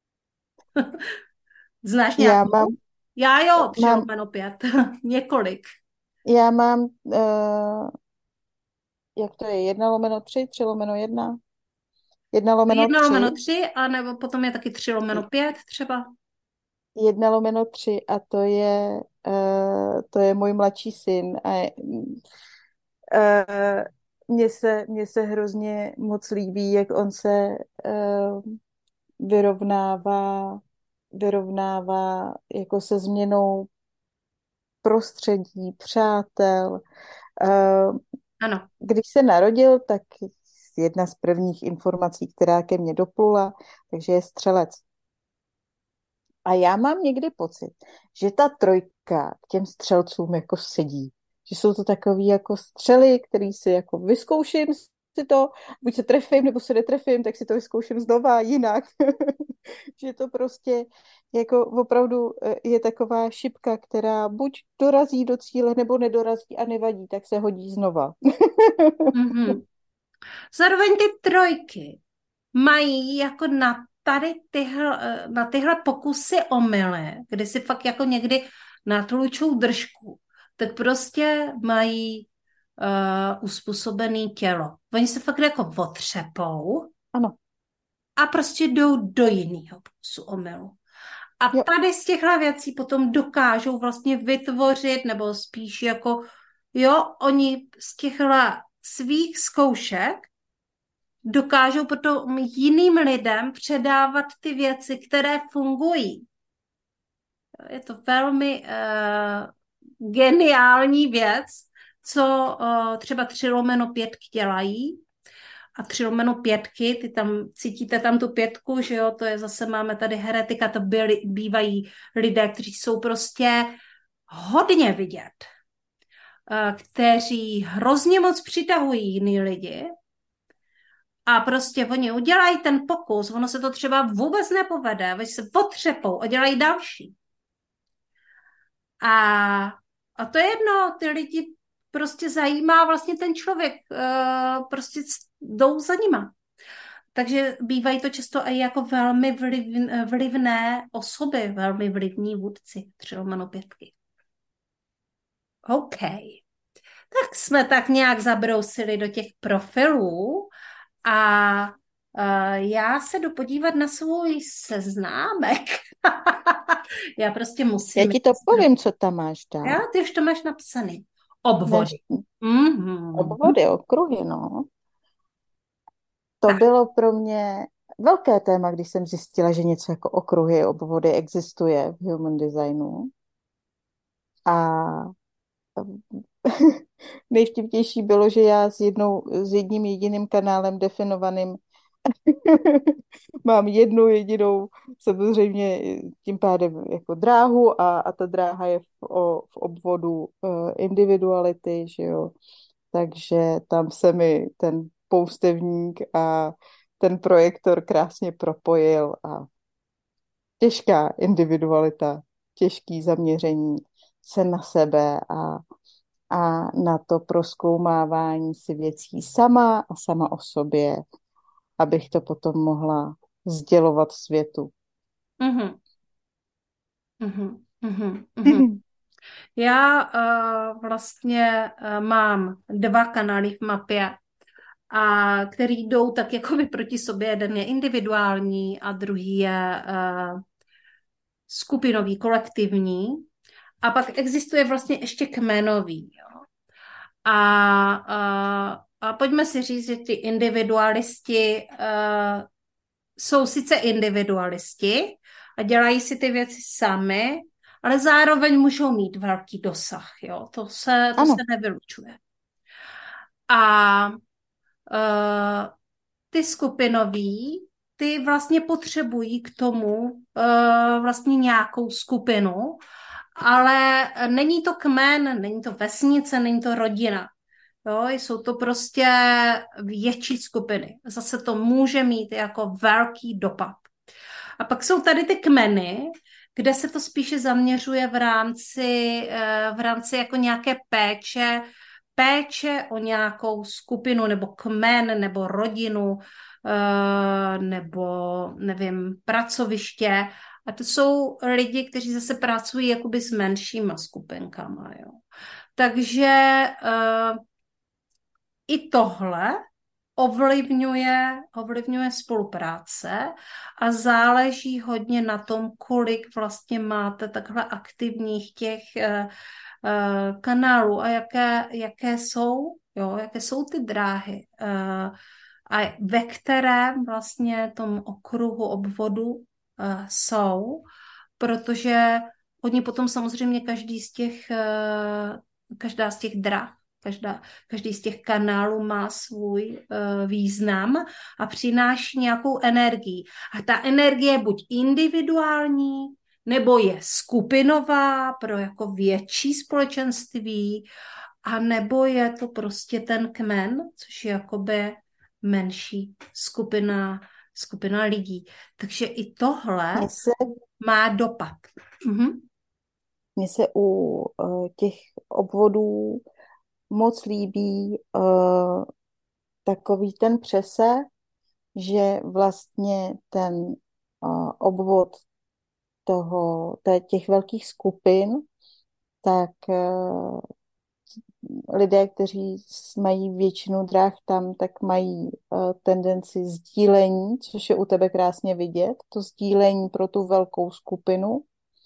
Znáš nějakou? Já jo, 3/5, několik. Já mám, jak to je, 1/3, 3/1? 1/3, a nebo potom je taky 3/5 třeba. 1/3 a to je můj mladší syn. A mně se hrozně moc líbí, jak on se vyrovnává jako se změnou prostředí, přátel. Ano. Když se narodil, tak jedna z prvních informací, která ke mně doplula, takže je střelec. A já mám někdy pocit, že ta trojka k těm střelcům jako sedí. Že jsou to takový jako střely, který si jako vyzkouším si to, buď se trefím, nebo se netrefím, tak si to vyzkouším znova jinak. Že to prostě jako opravdu je taková šipka, která buď dorazí do cíle, nebo nedorazí a nevadí, tak se hodí znova. Mm-hmm. Zároveň ty trojky mají jako na tyhle pokusy omyly, kdy si fakt jako někdy natlučou držku, tak prostě mají uspůsobený tělo. Oni se fakt jako otřepou. Ano. A prostě jdou do jiného pokusu omylu. A jo. Tady z těchto věcí potom dokážou vlastně vytvořit, nebo spíš jako, jo, oni z těchto svých zkoušek dokážou potom jiným lidem předávat ty věci, které fungují. Je to velmi geniální věc, co třeba 3/5 dělají. A 3/5, ty tam cítíte tam tu pětku, že jo, to je zase, máme tady heretika, to bývají lidé, kteří jsou prostě hodně vidět, kteří hrozně moc přitahují jiný lidi a prostě oni udělají ten pokus, ono se to třeba vůbec nepovede, oni se potřepou a dělají další. A to je jedno, ty lidi prostě zajímá vlastně ten člověk, prostě jdou za nima. Takže bývají to často i jako velmi vlivné osoby, velmi vlivní vůdci 3/5. OK. Tak jsme tak nějak zabrousili do těch profilů a já se jdu podívat na svůj seznámek. Já prostě Já musím. ti to povím, co tam máš dál. Ty už to máš napsaný. Obvody. Než Mm-hmm. obvody, okruhy, no. To Tak. bylo pro mě velké téma, když jsem zjistila, že něco jako okruhy, obvody existuje v human designu. A nejvtipnější bylo, že já s jedním jediným kanálem definovaným mám jednu jedinou, samozřejmě tím pádem jako dráhu a ta dráha je v obvodu individuality, že jo. Takže tam se mi ten poustevník a ten projektor krásně propojil a těžká individualita, těžký zaměření se na sebe a na to prozkoumávání si věcí sama a sama o sobě, abych to potom mohla sdělovat světu. Mm-hmm. Mm-hmm. Mm-hmm. Mm-hmm. Já vlastně mám 2 kanály v mapě, který jdou tak jakoby proti sobě. Jeden je individuální a druhý je skupinový, kolektivní. A pak existuje vlastně ještě kmenový. Jo. A pojďme si říct, že ty individualisti jsou sice individualisti a dělají si ty věci sami, ale zároveň můžou mít velký dosah. Jo. To se nevylučuje. A ty skupinoví, ty vlastně potřebují k tomu vlastně nějakou skupinu, ale není to kmen, není to vesnice, není to rodina. Jo, jsou to prostě větší skupiny. Zase to může mít jako velký dopad. A pak jsou tady ty kmeny, kde se to spíše zaměřuje v rámci jako nějaké péče o nějakou skupinu nebo kmen nebo rodinu nebo nevím, pracoviště. A to jsou lidi, kteří zase pracují jakoby s menšíma skupinkama. Jo. Takže i tohle ovlivňuje spolupráce a záleží hodně na tom, kolik vlastně máte takhle aktivních těch kanálů a jaké jsou ty dráhy a ve kterém vlastně tom okruhu obvodu jsou, protože oni potom samozřejmě každá z těch drah, každý z těch kanálů má svůj význam a přináší nějakou energii. A ta energie je buď individuální, nebo je skupinová pro jako větší společenství, a nebo je to prostě ten kmen, což je jakoby menší skupina lidí. Takže i tohle má dopad. Mně se u těch obvodů moc líbí takový ten přesah, že vlastně ten obvod těch velkých skupin, tak lidé, kteří mají většinu dráh tam, tak mají tendenci sdílení, což je u tebe krásně vidět, to sdílení pro tu velkou skupinu.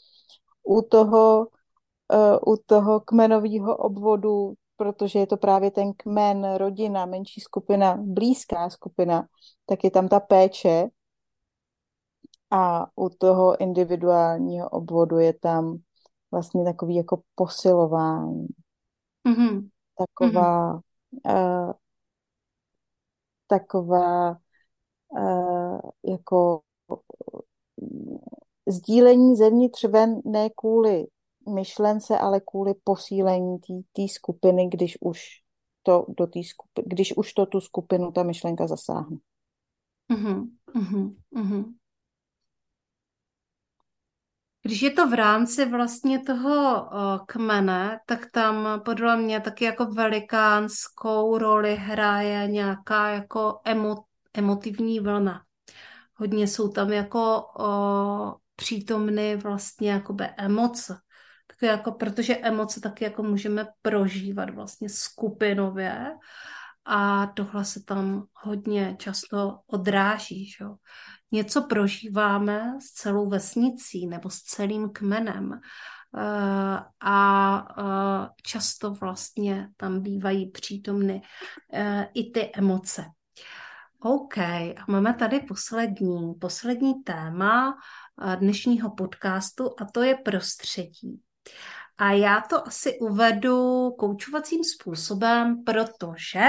U toho kmenového obvodu, protože je to právě ten kmen, rodina, menší skupina, blízká skupina, tak je tam ta péče. A u toho individuálního obvodu je tam vlastně takový jako posilování. Mm-hmm. Mhm. taková, uh, taková jako sdílení zevnitř ven, ne kvůli myšlence, ale kvůli posílení té skupiny, když už to tu skupinu ta myšlenka zasáhne. Mhm. Mhm. Mhm. Když je to v rámci vlastně toho kmene, tak tam podle mě taky jako velikánskou roli hraje nějaká jako emotivní vlna. Hodně jsou tam jako přítomny vlastně jakoby emoce. Tak jako, protože emoce taky jako můžeme prožívat vlastně skupinově a tohle se tam hodně často odráží, že jo. Něco prožíváme s celou vesnicí nebo s celým kmenem. A často vlastně tam bývají přítomny i ty emoce. OK, a máme tady poslední téma dnešního podcastu a to je prostředí. A já to asi uvedu koučovacím způsobem, protože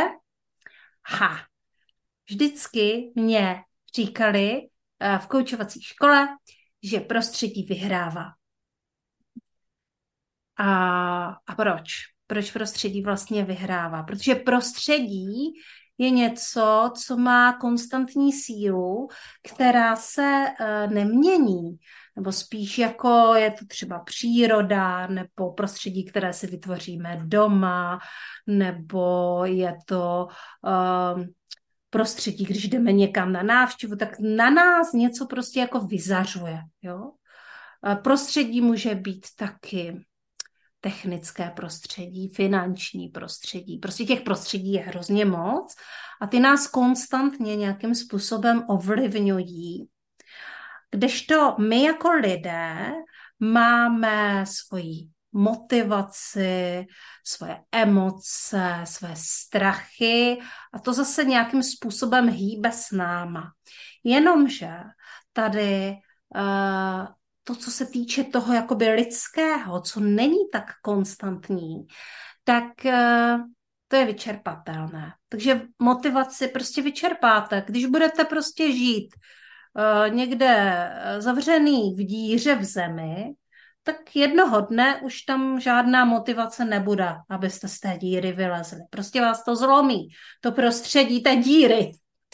vždycky mě říkali v koučovací škole, že prostředí vyhrává. A proč? Proč prostředí vlastně vyhrává? Protože prostředí je něco, co má konstantní sílu, která se nemění. Nebo spíš jako je to třeba příroda, nebo prostředí, které si vytvoříme doma, nebo je to prostředí, když jdeme někam na návštěvu, tak na nás něco prostě jako vyzařuje. Jo? Prostředí může být taky technické prostředí, finanční prostředí. Prostě těch prostředí je hrozně moc a ty nás konstantně nějakým způsobem ovlivňují. Kdežto my jako lidé máme svoji motivaci, svoje emoce, své strachy a to zase nějakým způsobem hýbe s náma. Jenomže tady to, co se týče toho jakoby lidského, co není tak konstantní, tak to je vyčerpatelné. Takže motivaci prostě vyčerpáte. Když budete prostě žít někde zavřený v díře v zemi, tak jednoho dne už tam žádná motivace nebude, abyste z té díry vylezli. Prostě vás to zlomí, to prostředí té díry.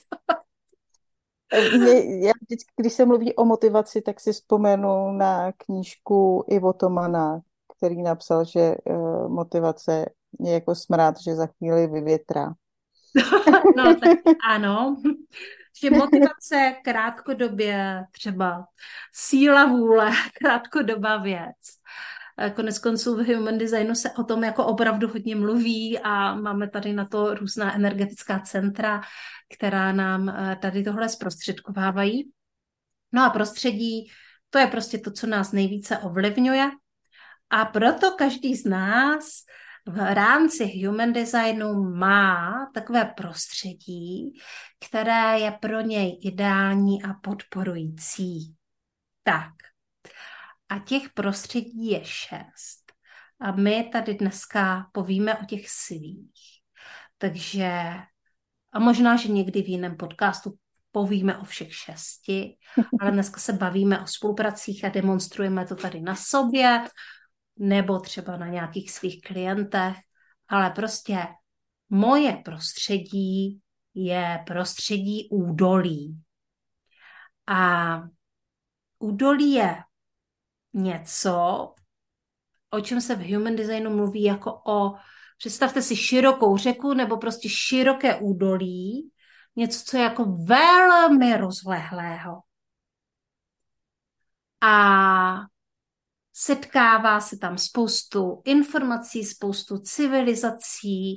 Já vždycky, když se mluví o motivaci, tak si vzpomenu na knížku Ivo Tomana, který napsal, že motivace je jako smrad, že za chvíli vyvětrá. No, tak ano. Že motivace krátkodobě třeba síla vůle, krátkodobá věc. Konec konců v human designu se o tom jako opravdu hodně mluví a máme tady na to různá energetická centra, která nám tady tohle zprostředkovávají. No a prostředí, to je prostě to, co nás nejvíce ovlivňuje. A proto každý z nás v rámci human designu má takové prostředí, které je pro něj ideální a podporující. Tak. A těch prostředí je 6. A my tady dneska povíme o těch svých. Takže, a možná, že někdy v jiném podcastu povíme o všech 6, ale dneska se bavíme o spolupracích a demonstrujeme to tady na sobě, nebo třeba na nějakých svých klientech, ale prostě moje prostředí je prostředí údolí. A údolí je něco, o čem se v human designu mluví jako představte si širokou řeku nebo prostě široké údolí, něco, co je jako velmi rozlehlého. A setkává se tam spoustu informací, spoustu civilizací,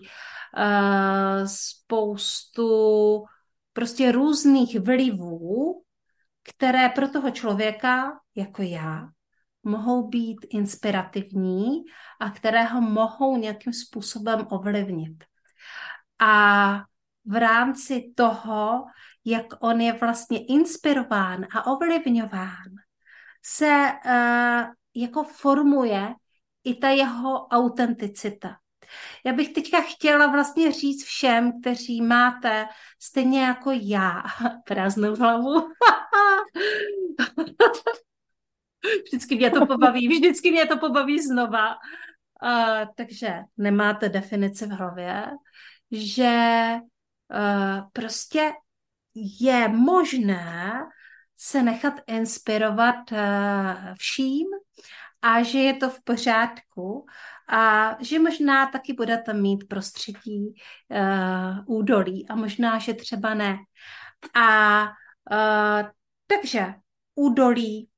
spoustu prostě různých vlivů, které pro toho člověka, jako já, mohou být inspirativní a které ho mohou nějakým způsobem ovlivnit. A v rámci toho, jak on je vlastně inspirován a ovlivňován, se jako formuje i ta jeho autenticita. Já bych teďka chtěla vlastně říct všem, kteří máte stejně jako já prázdnou hlavu. Vždycky mě to pobaví znova. Takže nemáte definici v hlavě, že prostě je možné se nechat inspirovat vším a že je to v pořádku a že možná taky budete mít prostředí údolí a možná, že třeba ne. A takže údolí,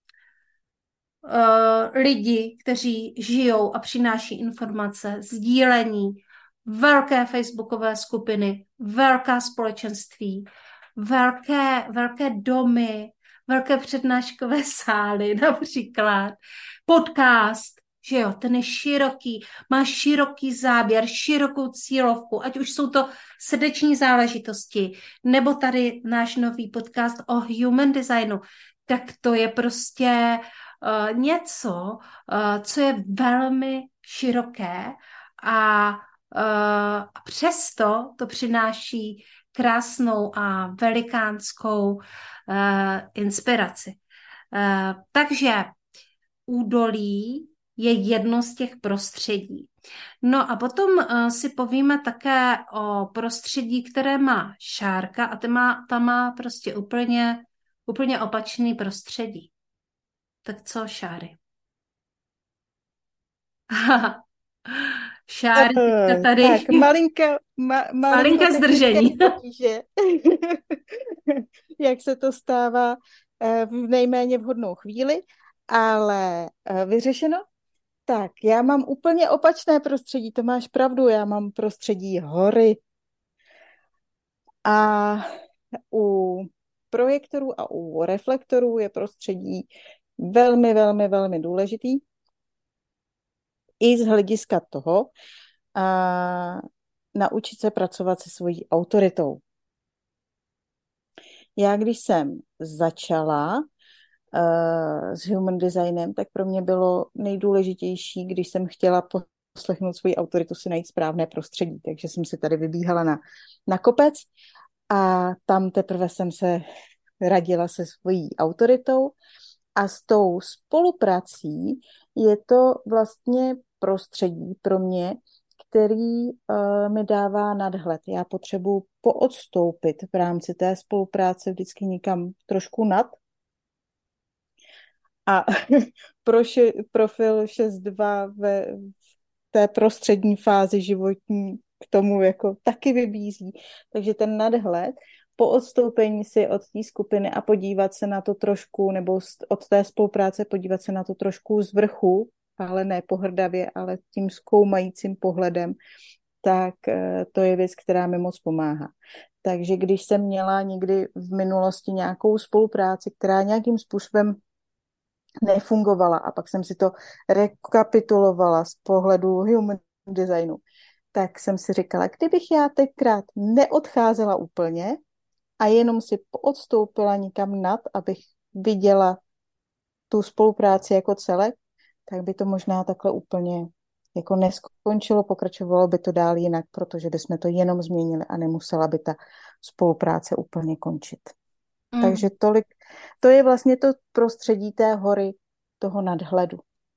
lidi, kteří žijou a přináší informace, sdílení, velké facebookové skupiny, velká společenství, velké domy, velké přednáškové sály například, podcast, že jo, ten je široký, má široký záběr, širokou cílovku, ať už jsou to srdeční záležitosti, nebo tady náš nový podcast o human designu, tak to je prostě něco, co je velmi široké a přesto to přináší krásnou a velikánskou inspiraci. Takže údolí je jedno z těch prostředí. No a potom si povíme také o prostředí, které má šárka a ta má prostě úplně opačný prostředí. Tak co, Šáry? Šáry teďka tady. Tak, malinko technické zdržení. potíže, jak se to stává v nejméně vhodnou chvíli, ale vyřešeno. Tak, já mám úplně opačné prostředí, to máš pravdu, já mám prostředí hory. A u projektorů a u reflektorů je prostředí velmi, velmi, velmi důležitý. I z hlediska toho naučit se pracovat se svojí autoritou. Já, když jsem začala s human designem, tak pro mě bylo nejdůležitější, když jsem chtěla poslechnout svoji autoritu, si najít správné prostředí. Takže jsem si tady vybíhala na kopec a tam teprve jsem se radila se svojí autoritou a s tou spoluprací je to vlastně prostředí pro mě, který mi dává nadhled. Já potřebuji poodstoupit v rámci té spolupráce vždycky někam trošku nad. A profil 6.2 v té prostřední fázi životní k tomu jako taky vybízí. Takže ten nadhled po odstoupení si od té skupiny a podívat se na to trošku, nebo od té spolupráce podívat se na to trošku z vrchu, ale ne pohrdavě, ale tím zkoumajícím pohledem, tak to je věc, která mi moc pomáhá. Takže když jsem měla někdy v minulosti nějakou spolupráci, která nějakým způsobem nefungovala a pak jsem si to rekapitulovala z pohledu human designu, tak jsem si říkala, kdybych já tenkrát neodcházela úplně a jenom si odstoupila někam nad, abych viděla tu spolupráci jako celek, tak by to možná takhle úplně jako neskončilo, pokračovalo by to dál jinak, protože bychom to jenom změnili a nemusela by ta spolupráce úplně končit. Takže tolik, to je vlastně to prostředí té hory, toho nadhledu.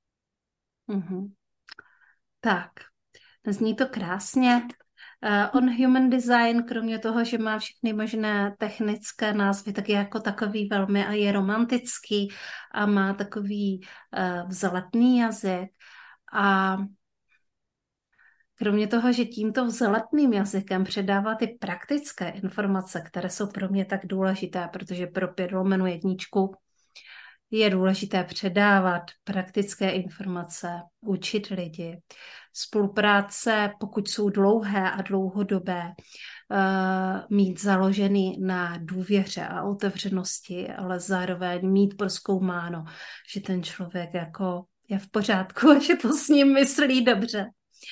Tak, zní to krásně. On human design, kromě toho, že má všechny možné technické názvy, tak je jako takový velmi a je romantický a má takový vzletný jazyk. A kromě toho, že tímto vzletným jazykem předává ty praktické informace, které jsou pro mě tak důležité, protože pro 5/1 je důležité předávat praktické informace, učit lidi. Spolupráce, pokud jsou dlouhé a dlouhodobé, mít založený na důvěře a otevřenosti, ale zároveň mít prozkoumáno, že ten člověk jako je v pořádku a že to s ním myslí dobře.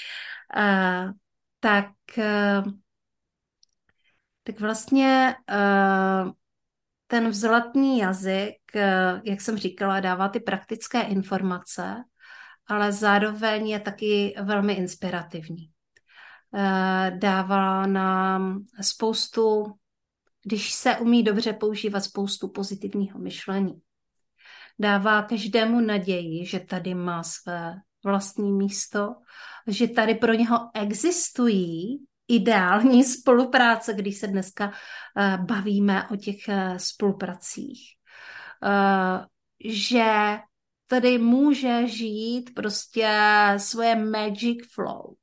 Tak vlastně ten vzletný jazyk, jak jsem říkala, dává ty praktické informace ale zároveň je taky velmi inspirativní. Dává nám spoustu, když se umí dobře používat, spoustu pozitivního myšlení. Dává každému naději, že tady má své vlastní místo, že tady pro něho existují ideální spolupráce, když se dneska bavíme o těch spolupracích. Že tady může žít prostě svoje magic flow.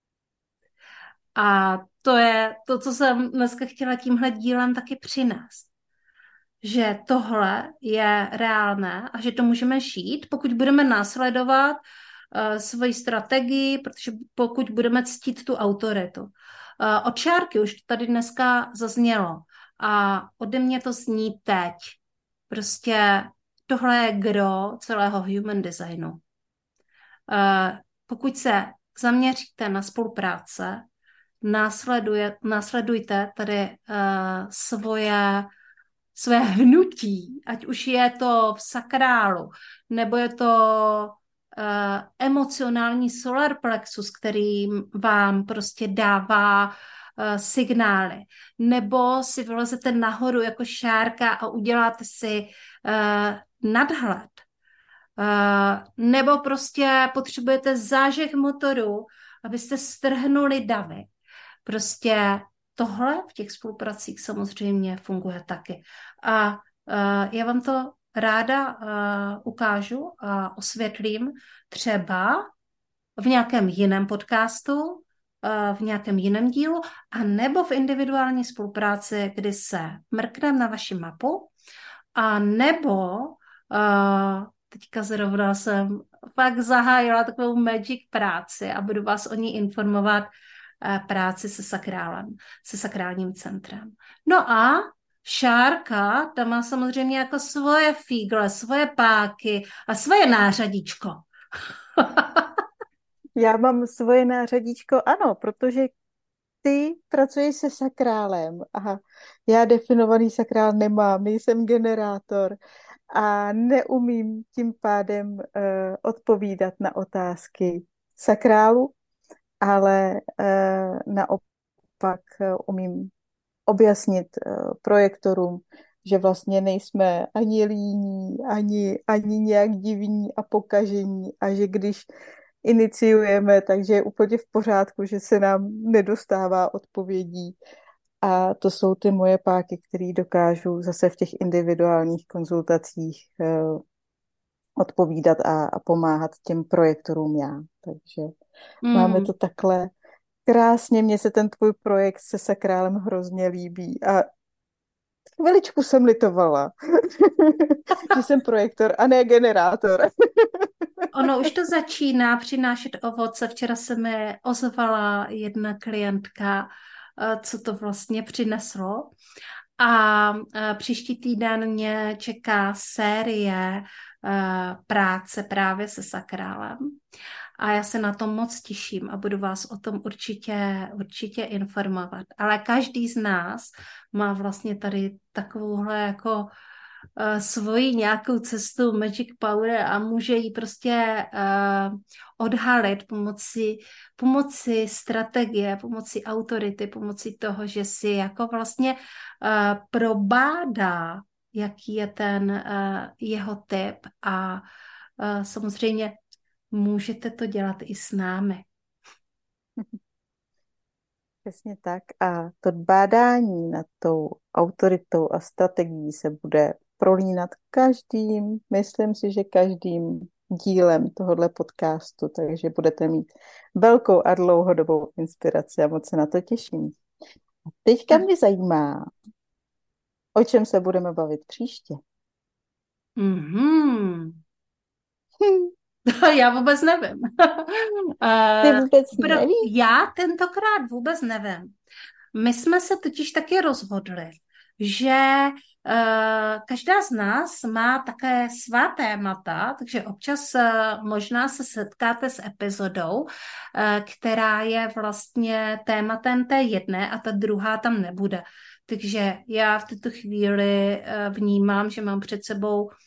A to je to, co jsem dneska chtěla tímhle dílem taky přinést. Že tohle je reálné a že to můžeme žít, pokud budeme následovat svoji strategii, protože pokud budeme ctít tu autoritu. Od Šárky už to tady dneska zaznělo a ode mě to zní teď. Prostě tohle je gro celého human designu. Pokud se zaměříte na spolupráce, následujte tady své hnutí, ať už je to v sakrálu, nebo je to emocionální solar plexus, který vám prostě dává signály. Nebo si vylezete nahoru jako šárka a uděláte si nadhled. Nebo prostě potřebujete zážeh motoru, abyste strhnuli davy. Prostě tohle v těch spolupracích samozřejmě funguje taky. A já vám to ráda ukážu a osvětlím třeba v nějakém jiném podcastu, v nějakém jiném dílu, a nebo v individuální spolupráci, kdy se mrknem na vaši mapu, a nebo teďka zrovna jsem fakt zahájila takovou magic práci a budu vás o ní informovat, práci se sakrálem, se sakrálním centrem. No a šárka, ta má samozřejmě jako svoje fígle, svoje páky a svoje nářadíčko. Já mám svoje nářadíčko, ano, protože ty pracuješ se sakrálem a já definovaný sakrál nemám, nejsem generátor a neumím tím pádem odpovídat na otázky sakrálu, ale naopak umím objasnit projektorům, že vlastně nejsme ani líní, ani nějak divní a pokažení a že když iniciujeme, takže je úplně v pořádku, že se nám nedostává odpovědí. A to jsou ty moje páky, které dokážu zase v těch individuálních konzultacích odpovídat a pomáhat těm projektorům já. Takže máme to takhle krásně. Mně se ten tvůj projekt se sakrálem hrozně líbí a chviličku jsem litovala, že jsem projektor a ne generátor. Ono už to začíná přinášet ovoce. Včera se mi ozvala jedna klientka, co to vlastně přineslo. A příští týden mě čeká série práce právě se sakrálem. A já se na to moc těším a budu vás o tom určitě informovat. Ale každý z nás má vlastně tady takovouhle jako svoji nějakou cestu Magic Power a může ji prostě odhalit pomocí strategie, pomocí autority, pomocí toho, že si jako vlastně probádá, jaký je ten jeho typ a samozřejmě můžete to dělat i s námi. Přesně tak. A to bádání nad tou autoritou a strategií se bude prolínat myslím si, že každým dílem tohohle podcastu, takže budete mít velkou a dlouhodobou inspiraci a moc se na to těším. A teďka mě zajímá, o čem se budeme bavit příště. Já vůbec nevím. Ty vůbec nevíš? Já tentokrát vůbec nevím. My jsme se totiž taky rozhodli, že každá z nás má také svá témata, takže občas možná se setkáte s epizodou, která je vlastně tématem té jedné a ta druhá tam nebude. Takže já v této chvíli vnímám, že mám před sebou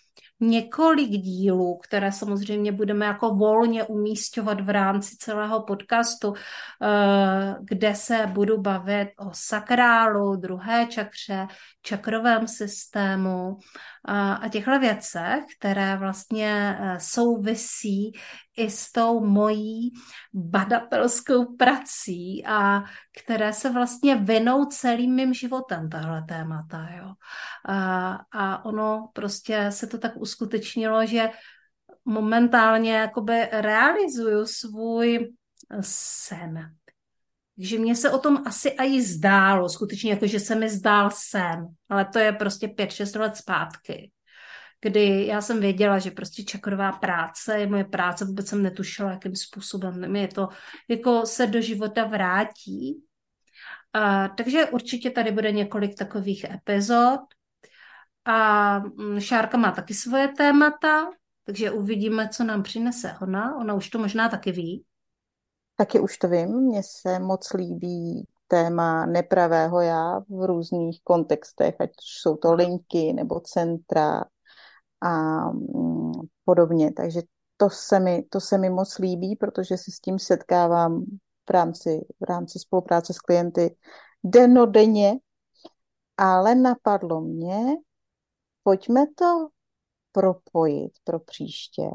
několik dílů, které samozřejmě budeme jako volně umísťovat v rámci celého podcastu, kde se budu bavit o sakrálu, druhé čakře, čakrovém systému a těchto věcech, které vlastně souvisí i s tou mojí badatelskou prací a které se vlastně vinou celým mým životem, tahle témata, jo. A ono prostě se to tak uskutečnilo, že momentálně jakoby realizuju svůj sen. Takže mně se o tom asi i zdálo, skutečně jako, že se mi zdál sen, ale to je prostě 5-6 let zpátky, kdy já jsem věděla, že prostě čakrová práce je moje práce, vůbec jsem netušila, jakým způsobem mi je to jako se do života vrátí. Takže určitě tady bude několik takových epizod. A Šárka má taky svoje témata, takže uvidíme, co nám přinese ona. Ona už to možná taky ví. Taky už to vím, mně se moc líbí téma nepravého já v různých kontextech, ať jsou to linky nebo centra a podobně. Takže to se mi moc líbí, protože se s tím setkávám v rámci spolupráce s klienty dennodenně, ale napadlo mě, pojďme to propojit pro příště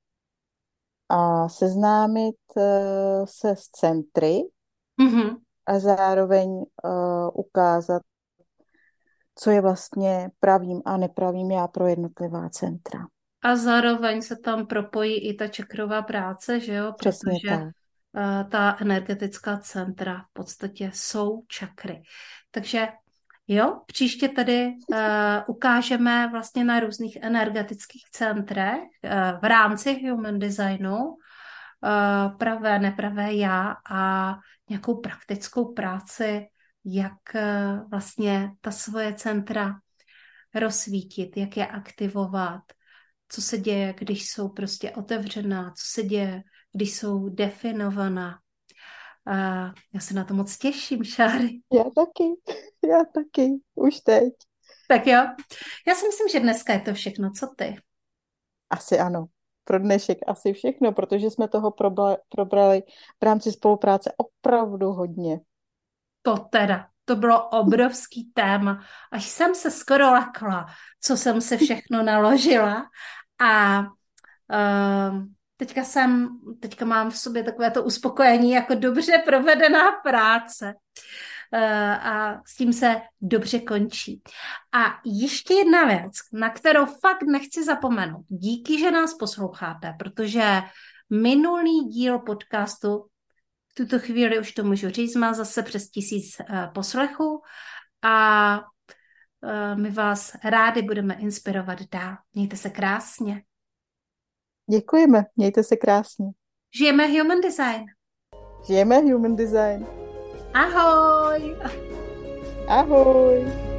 a seznámit se s centry Mm-hmm. a zároveň ukázat, co je vlastně pravým a nepravým já pro jednotlivá centra. A zároveň se tam propojí i ta čakrová práce, že jo? Přesně Protože tak. ta energetická centra v podstatě jsou čakry. Takže jo, příště tady ukážeme vlastně na různých energetických centrech v rámci human designu pravé, nepravé já a nějakou praktickou práci, jak vlastně ta svoje centra rozsvítit, jak je aktivovat, co se děje, když jsou prostě otevřená, co se děje, když jsou definovaná. Já se na to moc těším, Šáry. Já taky, už teď. Tak jo, já si myslím, že dneska je to všechno. Co ty? Asi ano. Pro dnešek asi všechno, protože jsme toho probrali v rámci spolupráce opravdu hodně. To bylo obrovský téma. Až jsem se skoro lekla, co jsem se všechno naložila. A teďka mám v sobě takové to uspokojení jako dobře provedená práce. A s tím se dobře končí. A ještě jedna věc, na kterou fakt nechci zapomenout. Díky, že nás posloucháte, protože minulý díl podcastu, v tuto chvíli už to můžu říct, má zase přes 1000 poslechů a my vás rádi budeme inspirovat dál. Mějte se krásně. Děkujeme, mějte se krásně. Žijeme Human Design. Žijeme Human Design. Ahoj! Ahoj!